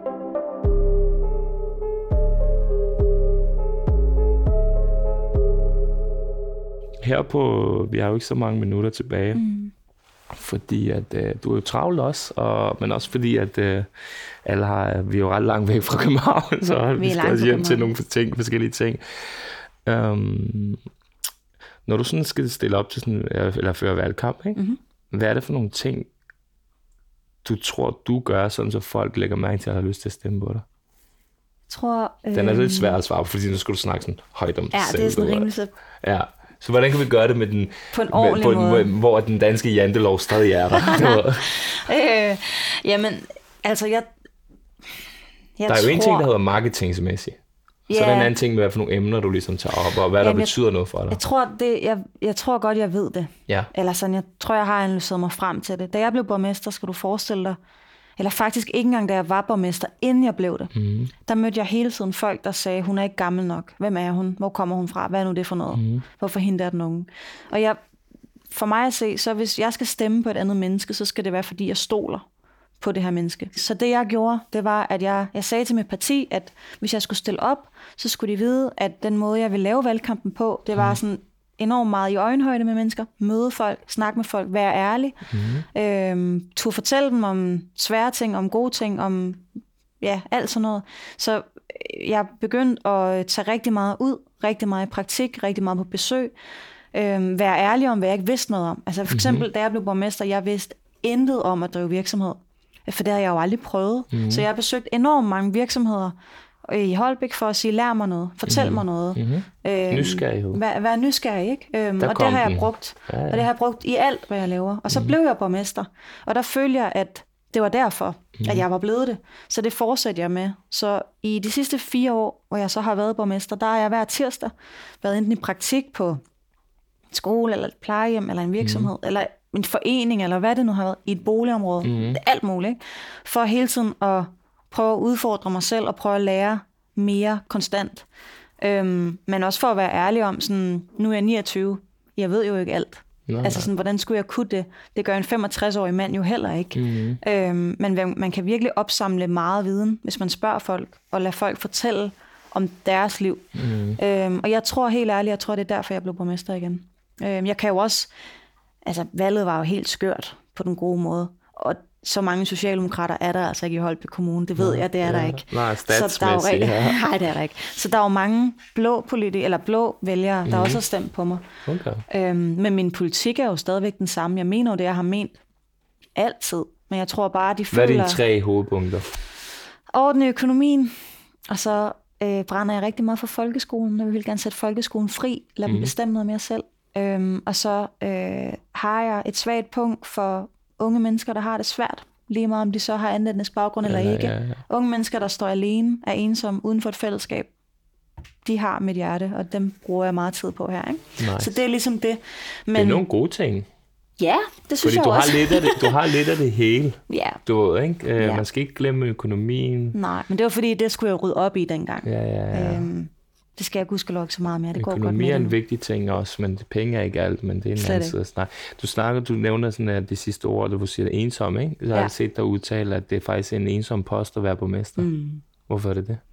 Her på, vi har jo ikke så mange minutter tilbage, mm. fordi at øh, du er jo travlt også, og, men også fordi at øh, alle har, vi er jo ret langt væk fra København, så vi, vi skal også hjem til nogle ting, forskellige ting. Um, når du sådan skal stille op til sådan, eller føre valgkamp, ikke? Mm-hmm. Hvad er det for nogle ting, du tror, du gør, sådan så folk lægger mærke til at have lyst til at stemme på dig? Jeg tror... Øh... Den er lidt svær at svare på, fordi nu skal du snakke sådan højt om dig ja, selv. Ja, det er sådan rimelig så... Ja. Så hvordan kan vi gøre det med den... På en ordentlig på en, måde. Hvor den danske jantelov stadig er der? øh, jamen, altså jeg... jeg der er jo tror... en ting, der hedder marketingsmæssigt. Så yeah. er der en anden ting med, hvad for nogle emner, du ligesom tager op, og hvad jamen, der betyder jeg, noget for dig. Jeg tror, det, jeg, jeg tror godt, jeg ved det. Ja. Eller sådan, jeg tror, jeg har analyseret mig frem til det. Da jeg blev borgmester, skal du forestille dig, eller faktisk ikke engang, da jeg var borgmester, inden jeg blev det, mm. der mødte jeg hele tiden folk, der sagde, hun er ikke gammel nok. Hvem er hun? Hvor kommer hun fra? Hvad er nu det for noget? Mm. Hvorfor hende er den unge? Og jeg, for mig at se, så hvis jeg skal stemme på et andet menneske, så skal det være, fordi jeg stoler på det her menneske. Så det, jeg gjorde, det var, at jeg, jeg sagde til mit parti, at hvis jeg skulle stille op, så skulle de vide, at den måde, jeg ville lave valgkampen på, det var sådan enormt meget i øjenhøjde med mennesker, møde folk, snakke med folk, være ærlig, mm. øhm, turde fortælle dem om svære ting, om gode ting, om ja, alt sådan noget. Så jeg begyndte at tage rigtig meget ud, rigtig meget i praktik, rigtig meget på besøg, øhm, være ærlig om, hvad jeg ikke vidste noget om. Altså for eksempel, mm-hmm. da jeg blev borgmester, jeg vidste intet om at drive virksomhed, for det har jeg jo aldrig prøvet. Mm-hmm. Så jeg har besøgt enormt mange virksomheder i Holbæk for at sige, lær mig noget, fortæl mm-hmm. mig noget. Mm-hmm. Øhm, nysgerrighed. Vær, vær nysgerrig, ikke? Øhm, og det har jeg den. brugt. Ja, ja. Og det har jeg brugt i alt, hvad jeg laver. Og så mm-hmm. blev jeg borgmester. Og der følte jeg, at det var derfor, mm-hmm. at jeg var blevet det. Så det fortsatte jeg med. Så i de sidste fire år, hvor jeg så har været borgmester, der har jeg hver tirsdag været enten i praktik på skole, eller et plejehjem, eller en virksomhed, mm-hmm. eller en forening, eller hvad det nu har været, i et boligområde. Mm-hmm. Alt muligt. Ikke? For hele tiden at prøve at udfordre mig selv, og prøve at lære mere konstant. Øhm, men også for at være ærlig om, sådan, nu er jeg niogtyve, jeg ved jo ikke alt. Nej, altså sådan, hvordan skulle jeg kunne det? Det gør en femogtres-årig mand jo heller ikke. Mm-hmm. Øhm, men man kan virkelig opsamle meget viden, hvis man spørger folk, og lader folk fortælle om deres liv. Mm-hmm. Øhm, og jeg tror helt ærligt, jeg tror, det er derfor, jeg blev borgmester igen. Øhm, jeg kan jo også, altså valget var jo helt skørt på den gode måde, og så mange socialdemokrater er der altså ikke i Holbæk Kommune. Det ved jeg, det er ja. der ikke. Nej, så der er jo rigtig, ja. Nej, det er der ikke. Så der er jo mange blå politikere, eller blå vælgere, mm-hmm. der også har stemt på mig. Okay. Øhm, men min politik er jo stadigvæk den samme. Jeg mener jo det, jeg har ment altid. Men jeg tror bare, de føler... Hvad er dine tre hovedpunkter? Orden i økonomien, og så øh, brænder jeg rigtig meget for folkeskolen. Jeg vil gerne sætte folkeskolen fri. Lad mm. dem bestemme noget mere selv. Øhm, og så øh, har jeg et svagt punkt for unge mennesker, der har det svært, lige meget om de så har anden etnisk baggrund eller ja, ikke. Ja, ja. Unge mennesker, der står alene, er ensomme, uden for et fællesskab, de har mit hjerte, og dem bruger jeg meget tid på her. Ikke? Nice. Så det er ligesom det. Men, det er nogle gode ting. Ja, det synes Fordi jeg du også. Har lidt af det, du har lidt af det hele. Ja. Du ved, ikke? Uh, ja. Man skal ikke glemme økonomien. Nej, men det var fordi, det skulle jeg rydde op i dengang. Ja, ja, ja. Øhm, Det skal jeg gudskelov ikke så meget mere. Det går godt med økonomi er en vigtig ting også, men penge er ikke alt, men det er en Slet anden side at snakke. Du snakker, du nævner sådan, at det sidste ord, du siger det ensom, ikke? Så har ja. jeg set dig udtale, at det er faktisk en ensom post at være borgmester. Mm. Hvorfor er det det?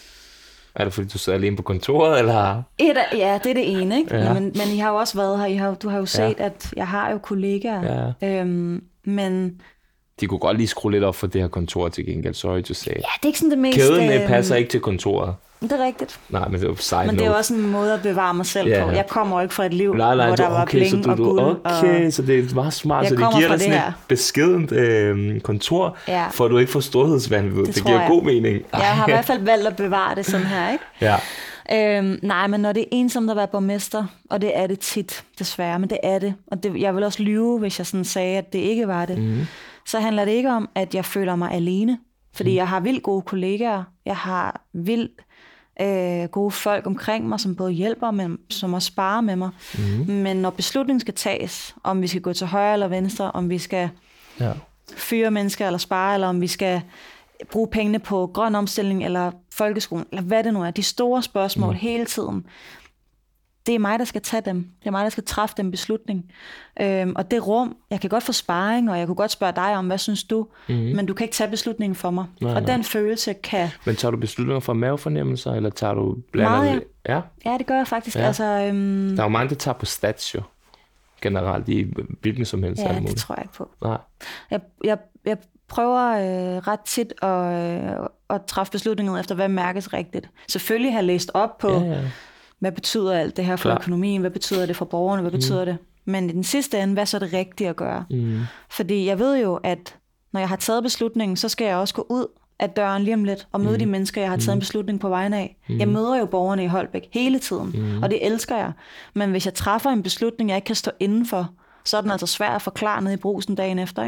Er det fordi, du sidder alene på kontoret, eller? Et af, ja, det er det ene, ikke? Ja. Men, men I har jo også været her. I har, du har jo set, ja. at jeg har jo kollegaer. Ja. Øhm, men... De kunne godt lige skrue lidt op for det her kontor til gengæld. Sorry to say. Ja, det er ikke sådan det mest... Kæden øh, passer ikke til kontoret. Det er rigtigt. Nej, men det er side Men det er jo også en måde at bevare mig selv yeah. på. Jeg kommer jo ikke fra et liv, nej, nej, hvor der du, var okay, bling du, og guld. Okay, og... så det er meget smart. Så det giver dig sådan et beskedent øh, kontor, ja. for at du ikke får storhedsvanvid. Det, det giver jeg. god mening. Jeg har i hvert fald valgt at bevare det sådan her, ikke? Ja. Øhm, nej, men når det er ensomt at være borgmester, og det er det tit, desværre, men det er det. Og det, jeg vil også lyve, hvis jeg sådan sagde, at det ikke var det. Mm. Så handler det ikke om, at jeg føler mig alene. Fordi mm. jeg har vildt gode kollegaer. Jeg har vildt øh, gode folk omkring mig, som både hjælper, men som også sparer med mig. Mm. Men når beslutningen skal tages, om vi skal gå til højre eller venstre, om vi skal ja. fyre mennesker eller spare, eller om vi skal bruge pengene på grøn omstilling eller folkeskolen, eller hvad det nu er, de store spørgsmål mm. hele tiden, det er mig, der skal tage dem. Det er mig, der skal træffe den beslutning. Øhm, og det rum, jeg kan godt få sparring, og jeg kunne godt spørge dig om, hvad synes du? Mm-hmm. Men du kan ikke tage beslutningen for mig. Nej, og nej. Den følelse kan... Men tager du beslutninger fra mavefornemmelser, eller tager du blandt andet... Ja. ja, det gør jeg faktisk. Ja. Altså, øhm... Der er jo mange, der tager på stats jo. Generelt i hvilken som helst. Ja, det tror jeg ikke på. Nej. Jeg, jeg, jeg prøver øh, ret tit at, øh, at træffe beslutninger efter, hvad mærkes rigtigt. Selvfølgelig har jeg læst op på... Ja, ja. Hvad betyder alt det her for Klar. økonomien? Hvad betyder det for borgerne? Hvad betyder mm. det? Men i den sidste ende, hvad så er det rigtige at gøre? Mm. Fordi jeg ved jo, at når jeg har taget beslutningen, så skal jeg også gå ud af døren lige om lidt og møde mm. de mennesker, jeg har taget en beslutning på vejen af. Mm. Jeg møder jo borgerne i Holbæk hele tiden, mm. og det elsker jeg. Men hvis jeg træffer en beslutning, jeg ikke kan stå indenfor, så er den altså svær at forklare nede i Brugsen dagen efter, ikke?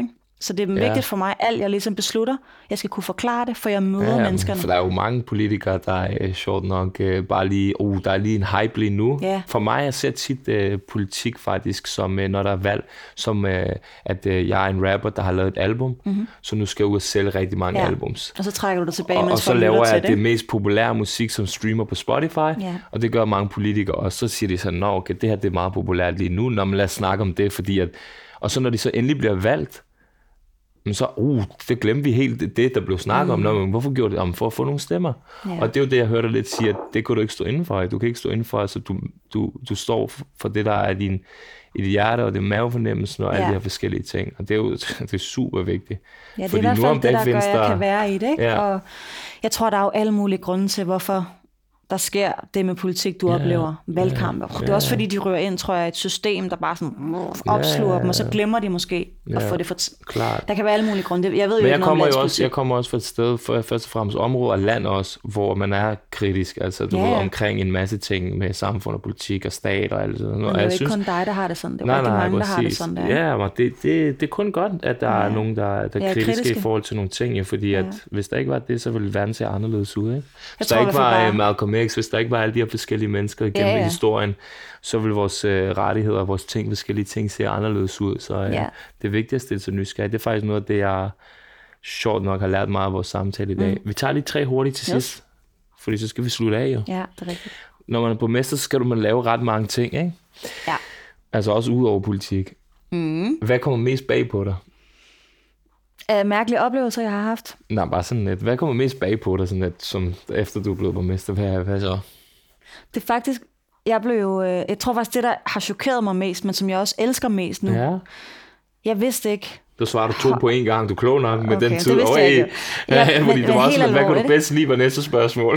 Så det er Ja. vigtigt for mig, alt jeg ligesom beslutter, jeg skal kunne forklare det, for jeg møder Ja, menneskerne. for der er jo mange politikere, der er øh, sjovt nok øh, bare lige, uh, der er lige en hype lige nu. Ja. For mig, jeg ser tit øh, politik faktisk, som øh, når der er valg, som øh, at øh, jeg er en rapper, der har lavet et album, mm-hmm. så nu skal jeg ud og sælge rigtig mange Ja. albums. Og så trækker du det tilbage, Og, mens og så folk lytter laver jeg til det. det mest populære musik, som streamer på Spotify, Ja. og det gør mange politikere også. Så siger de sådan, nå okay, det her det er meget populært lige nu, når man lader snakke om det, fordi at... Og så når de så endelig bliver valgt, men så, uh, det glemte vi helt, det der blev snakket mm. om, nå, men hvorfor gjorde det? Om for at få nogle stemmer. Ja. Og det er jo det, jeg hørte lidt sige, at det kunne du ikke stå inden for. Du kan ikke stå inden for, altså du, du, du står for det, der er din, i dit hjerte, og det er mavefornemmelsen, og alle Ja. de her forskellige ting. Og det er jo det er super vigtigt. Ja, det er Fordi i hvert nu fald om det, dagen der gør, findes jeg der- kan være i det. Ikke? Ja. Og jeg tror, der er jo alle mulige grunde til, hvorfor der sker det med politik, du Ja, oplever. Valgkampe. ja, Det er også fordi, de rører ind, tror jeg, et system, der bare sådan opsluger Ja, dem, og så ja. glemmer de måske at Ja, få det for... klart. Der kan være alle mulige grunde. Jeg ved jo Men ikke jeg noget om kommer jo også, landspolitik. jeg kommer også fra et sted, for, først og fremmest område og land også, hvor man er kritisk, altså du Ja, ved, ja. omkring en masse ting med samfund og politik og stat og alt sådan noget. Men Og det er jo jeg ikke synes, kun dig, der har det sådan. Det er jo nej, rigtig nej, mange, der har det præcis. sådan der. Ja, men det, det, det er kun godt, at der Ja. er nogen, der, der er Ja, kritiske, kritiske. i forhold til nogle ting, jo, fordi at Ja. hvis der ikke var det, så ville verden se anderledes ud. Ikke? Hvis tror der i ikke hvert fald var bare- bare... Malcolm X, hvis der ikke var alle de her forskellige mennesker igennem Ja, ja. historien, så ville vores øh, rettigheder og vores ting, forskellige ting se anderledes ud. Så øh, Ja. det vigtigste at stille sig nysgerrig. Det er faktisk noget af det, jeg sjovt nok har lært meget af vores samtale i dag. Mm. Vi tager lige tre hurtigt til Yes. sidst, fordi så skal vi slutte af jo. Ja, det er rigtigt. Når man er borgmester, så skal du man lave ret mange ting, ikke? Ja. Altså også ud over politik. Mm. Hvad kommer mest bag på dig? Uh, mærkelige oplevelser, jeg har haft. Nej, bare sådan lidt. Hvad kommer mest bag på dig, sådan lidt, som efter du er blevet borgmester? Hvad, hvad så? Det er faktisk... Jeg blev jo... øh, Jeg tror faktisk, det, der har chokeret mig mest, men som jeg også elsker mest nu. Ja. Jeg vidste ikke... Du svarer du to på en gang. Du er klog nok med Okay, den det tid. vidste jeg ikke. Ja, Ja, ja, men- fordi men det var også helt sådan, hvad kunne du alvorligt, bedst lide var næste spørgsmål?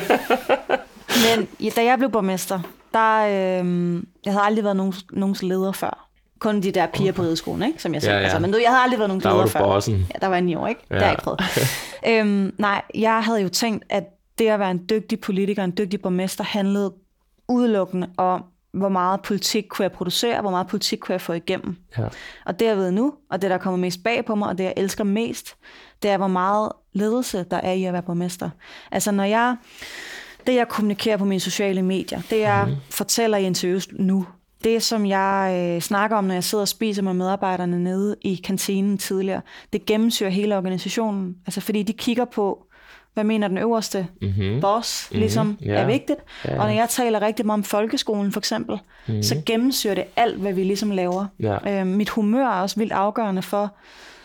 Men ja, da jeg blev borgmester, der... Øh, jeg havde aldrig været nogens, nogens leder før. Kun de der piger på rideskolen, ikke? Som jeg selv. Ja, ja. Altså, men du, jeg havde aldrig været nogens Der var leder du før. bossen. Ja, der var jeg ni år, ikke? Ja. Det har jeg ikke prøvet. øhm, nej, jeg havde jo tænkt, at det at være en dygtig politiker, en dygtig borgmester, handlede udelukkende om, hvor meget politik kunne jeg producere, hvor meget politik kunne jeg få igennem. Ja. Og det jeg ved nu, og det der kommer mest bag på mig, og det jeg elsker mest, det er, hvor meget ledelse der er i at være borgmester. Altså når jeg, det jeg kommunikerer på mine sociale medier, det jeg mm. fortæller i interviews nu, det som jeg øh, snakker om, når jeg sidder og spiser med medarbejderne nede i kantinen tidligere, det gennemsyrer hele organisationen. Altså fordi de kigger på, hvad mener den øverste Mm-hmm. boss, Mhm, ligesom ja. er vigtigt. Ja. Og når jeg taler rigtig meget om folkeskolen for eksempel, mm. så gennemsyrer det alt, hvad vi ligesom laver. Ja. Øh, mit humør er også vildt afgørende for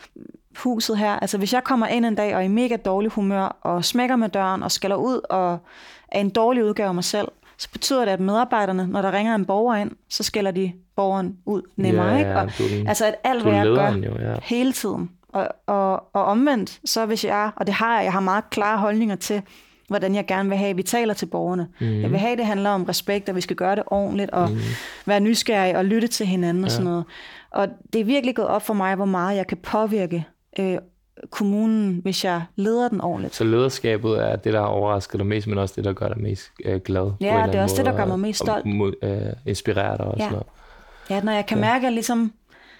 huset her. Altså hvis jeg kommer ind en dag og er i mega dårlig humør, og smækker med døren og skaller ud og er en dårlig udgave af mig selv, så betyder det, at medarbejderne, når der ringer en borger ind, så skælder de borgeren ud nemmere. Ja, ikke? ja, Og, du er den- altså at alt, du er hvad jeg gør lederen jo, ja. hele tiden. Og, og, og omvendt, så hvis jeg, og det har jeg, jeg har meget klare holdninger til, hvordan jeg gerne vil have, at vi taler til borgerne. Mm. Jeg vil have, at det handler om respekt, og vi skal gøre det ordentligt, og mm. være nysgerrige og lytte til hinanden og Ja. sådan noget. Og det er virkelig gået op for mig, hvor meget jeg kan påvirke øh, kommunen, hvis jeg leder den ordentligt. Så lederskabet er det, der har overrasket dig mest, men også det, der gør dig mest øh, glad. på en Ja, eller det er anden også det, der måde, gør mig og- mest og stolt. mod- øh, inspirerer dig og Ja. sådan noget. Ja, når jeg kan Ja. mærke, at ligesom,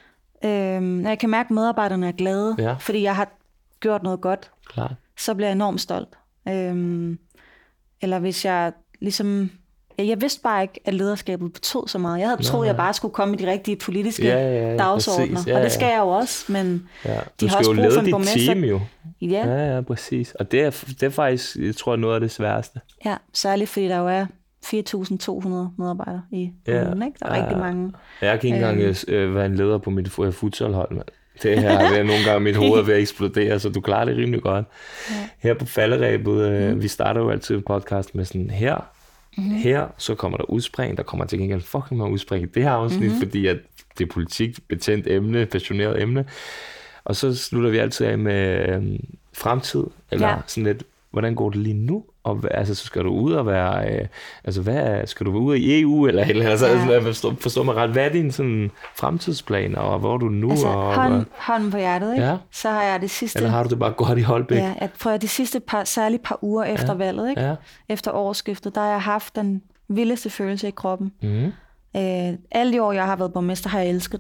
øh, når jeg kan mærke, at medarbejderne er glade, Ja. fordi jeg har gjort noget godt, Klart. så bliver jeg enormt stolt. Øhm, eller hvis jeg ligesom... Ja, jeg vidste bare ikke, at lederskabet betød så meget. Jeg havde troet, at jeg bare skulle komme med de rigtige politiske Ja, ja, ja, dagsordner. præcis. Ja, og det skal ja. jeg jo også, men Ja. de Du har skal også jo brug for lede en dit borgmester. team jo. Ja, Ja, ja, præcis. Og det er, det er faktisk, jeg tror, noget af det sværeste. ja, særligt fordi der jo er fire tusind to hundrede medarbejdere i kommunen. Ikke? Der er Ja. rigtig mange. Jeg kan ikke engang øh, være en leder på mit fu- futsalhold, mand. Det her er nogle gange mit hoved er ved at eksplodere, så du klarer det rimelig godt. Ja. Her på falderæbet, øh, mm. vi starter jo altid en podcast med sådan her, mm-hmm. her, så kommer der udspring, der kommer til gengæld fucking meget udspring i det her afsnit, mm-hmm. fordi at det er politik, betændt emne, passioneret emne. Og så slutter vi altid af med øh, fremtid, eller Ja. sådan lidt, hvordan går det lige nu? Og hvad- altså, så skal du ud og være, øh, altså hvad, er- skal du være ude i E U, eller, eller altså, Ja. altså, jeg forstår, forstår mig ret, hvad er din sådan fremtidsplan, og hvor er du nu? Altså, og, hånden, hånden på hjertet, ikke? Ja. Så har jeg det sidste... eller har du det bare godt i Holbæk? Ja, at prøv at de sidste par, særligt par uger efter Ja. valget, ikke? Ja. Efter årsskiftet, der har jeg haft den vildeste følelse i kroppen. Mm. Øh, alle de år, jeg har været borgmester, har jeg elsket det.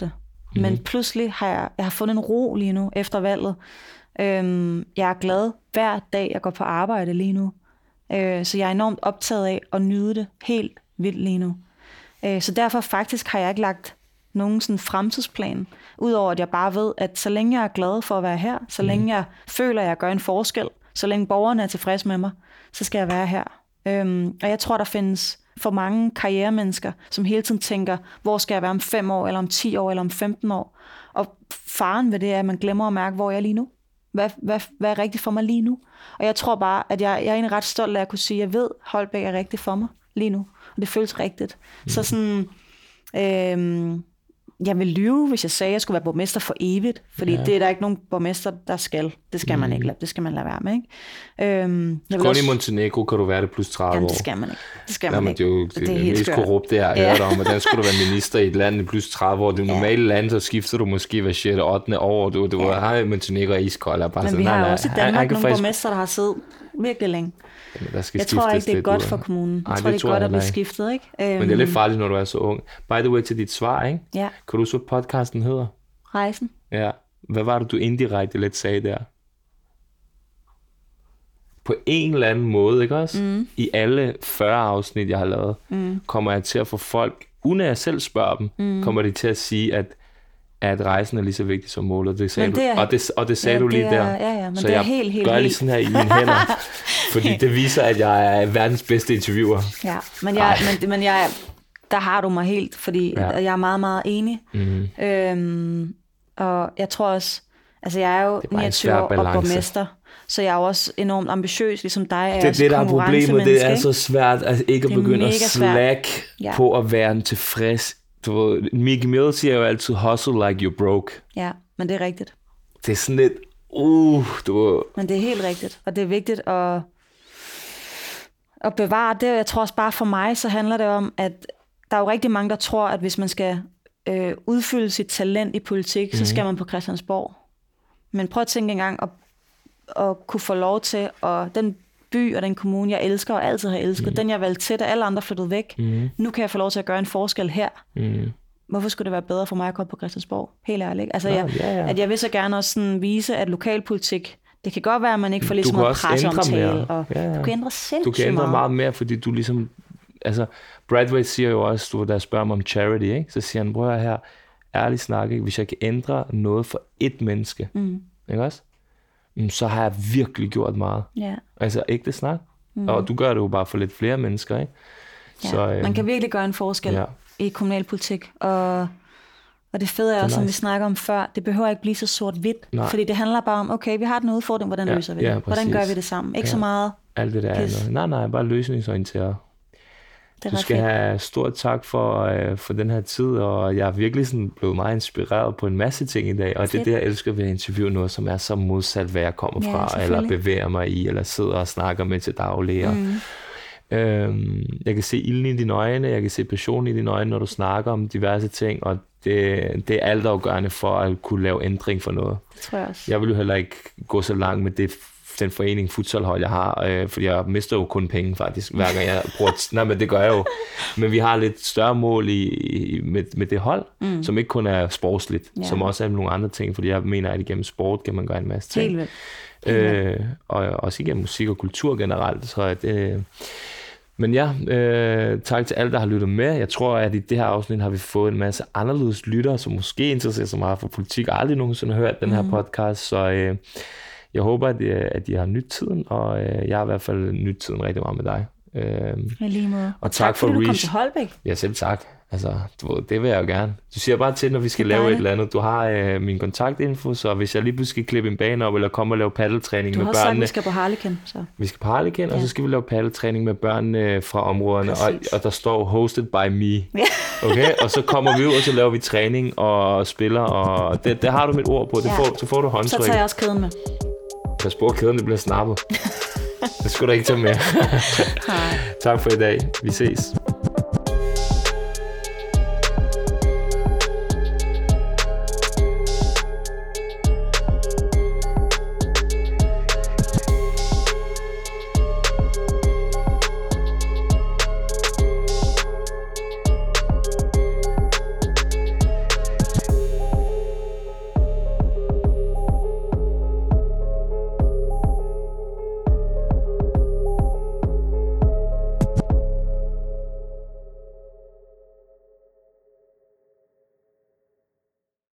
Mm. Men pludselig har jeg, jeg har fundet en ro lige nu efter valget. Øhm, jeg er glad hver dag, jeg går på arbejde lige nu. Øh, så jeg er enormt optaget af at nyde det helt vildt lige nu. Øh, så derfor faktisk har jeg ikke lagt nogen sådan fremtidsplan, udover at jeg bare ved, at så længe jeg er glad for at være her, så længe jeg føler, at jeg gør en forskel, så længe borgerne er tilfredse med mig, så skal jeg være her. Øhm, og jeg tror, der findes for mange karrieremennesker, som hele tiden tænker, hvor skal jeg være om fem år, eller om ti år, eller om femten år. Og faren ved det er, at man glemmer at mærke, hvor jeg er lige nu. Hvad, hvad, hvad er rigtigt for mig lige nu? Og jeg tror bare, at jeg, jeg er egentlig ret stolt af at kunne sige, at jeg ved, at Holbæk er rigtigt for mig lige nu. Og det føles rigtigt. Mm. Så sådan... Øhm, jeg vil lyve, hvis jeg sagde, at jeg skulle være borgmester for evigt, fordi ja. det er der ikke nogen borgmester, der skal. Det skal mm. man ikke lade, det skal man lade være med, ikke? Øhm, jeg Kun også... i Montenegro kan du være det plus tredive år. Jamen, det skal man ikke. Det skal Jamen, man ikke. Det er jo det, det er det mest korrupte, jeg har ja. hørt om, og der skulle du være minister i et land i plus tredive år. Det er normale ja. land, så skifter du måske hver sjette ottende år. Du, du ja. har Montenegro og iskold. Bare Men sådan, vi har nej, også i Danmark nogle faktisk... borgmester, der har siddet virkelig længe. Jamen, der skal jeg tror ikke, det er godt for kommunen. Jeg Ej, tror, det, det er godt at blive skiftet, ikke? Men det er lidt farligt, når du er så ung. By the way, til dit svar, ikke? Ja. Kan du så podcasten hedder? Rejsen. Ja. Hvad var det, du indirekte lidt sagde der? På en eller anden måde, ikke også? Mm. I alle fyrre afsnit, jeg har lavet, mm. kommer jeg til at få folk, uden at jeg selv spørger dem, mm. kommer de til at sige, at at rejsen er lige så vigtig som målet. Det sagde det er, du. Og det, og det sagde ja, du lige det er, der. Ja, ja, men så det er jeg helt, helt, gør helt. lige sådan her i mine hænder. Fordi det viser, at jeg er verdens bedste interviewer. Ja, men, jeg, men, men jeg, der har du mig helt, fordi ja. jeg er meget, meget enig. Mm-hmm. Øhm, og jeg tror også, altså jeg er jo er niogtyve år og borgmester, så jeg er også enormt ambitiøs, ligesom dig. Er det er det, der er problemet. Det er så svært at ikke at begynde at slack ja. på at være en tilfreds. Du ved, Mickey Mill siger jo altid, hustle like you're broke. Ja, men det er rigtigt. Det er sådan lidt, uh, du ved. Men det er helt rigtigt, og det er vigtigt at, at bevare det. Jeg tror også bare for mig, så handler det om, at der er jo rigtig mange, der tror, at hvis man skal øh, udfylde sit talent i politik, mm-hmm. så skal man på Christiansborg. Men prøv at tænke engang at, at kunne få lov til, og den by og den kommune, jeg elsker og altid har elsket, mm. den jeg valgte til, da alle andre flyttede væk. Mm. Nu kan jeg få lov til at gøre en forskel her. Mm. Hvorfor skulle det være bedre for mig at komme på Christiansborg? Helt ærligt. Altså, jeg, ja, ja. At jeg vil så gerne også sådan vise, at lokalpolitik, det kan godt være, at man ikke får ligesom noget presseomtale. Og ja, ja. Du kan ændre sindssygt meget. Du kan ændre meget, meget mere, fordi du ligesom... Altså, Bradway siger jo også, du, der spørger mig om charity, ikke? Så siger han, prøv her, ærligt snak, ikke? Hvis jeg kan ændre noget for ét menneske, mm. ikke også? Så har jeg virkelig gjort meget. Yeah. Altså ægte snak. Mm. Og du gør det jo bare for lidt flere mennesker, ikke? Ja, så, øhm, man kan virkelig gøre en forskel ja. i kommunalpolitik. Og, og det fede er også, som nice. vi snakker om før, det behøver ikke blive så sort-hvidt. Fordi det handler bare om, okay, vi har den udfordring, hvordan ja, løser vi det? Ja, hvordan gør vi det sammen? Ikke ja. så meget alt det der er noget. Nej, nej, bare løsningsorienteret. Du skal fedt. have stort tak for, øh, for den her tid, og jeg er virkelig sådan blevet meget inspireret på en masse ting i dag, og fedt. Det er det, jeg elsker ved at interviewe noget, som er så modsat, hvad jeg kommer ja, fra, eller bevæger mig i, eller sidder og snakker med til daglig. Mm. Øhm, jeg kan se ilden i dine øjne, jeg kan se passion i dine øjne, når du snakker om diverse ting, og det, det er altafgørende for at kunne lave ændring for noget. Det tror jeg også. Jeg vil jo heller ikke gå så langt med det den forening futsalhold, jeg har, øh, fordi jeg mister jo kun penge faktisk, hver gang jeg bruger... T- Nej, men det gør jeg jo. Men vi har lidt større mål i, i, med, med det hold, mm. som ikke kun er sportsligt, ja. som også er nogle andre ting, fordi jeg mener, at igennem sport kan man gøre en masse ting. Helt vildt. Helt øh, og også igennem musik og kultur generelt. Så at, øh, men ja, øh, tak til alle, der har lyttet med. Jeg tror, at i det her afsnit har vi fået en masse anderledes lyttere, som måske interesserer sig meget for politik, og aldrig nogensinde har hørt den her mm. podcast, så... Øh, Jeg håber, at de, at de har nyt tiden, og øh, jeg har i hvert fald nyt tiden rigtig meget med dig. Øh, lige måde. Og tak, tak for fordi Reach. Du kom til Holbæk. Ja, selv tak. Altså, du ved, det vil jeg jo gerne. Du siger bare til, når vi skal lave et eller andet. Du har øh, min kontaktinfo, så hvis jeg lige pludselig skal klippe en bane op, eller komme og lave paddeltræning med børnene. Du har sagt, at vi skal på Harleken. Så. Vi skal på Harleken, ja. Og så skal vi lave paddeltræning med børnene fra områderne. Og, og der står hosted by me. Ja. Okay? Og så kommer vi ud, og så laver vi træning og spiller. Og det, det har du mit ord på. Det ja. får, så får du håndtryk. Så tager jeg også kæden med. Pas på, kæden det bliver snappet. Det skulle du ikke tage med. Tak for i dag. Vi ses.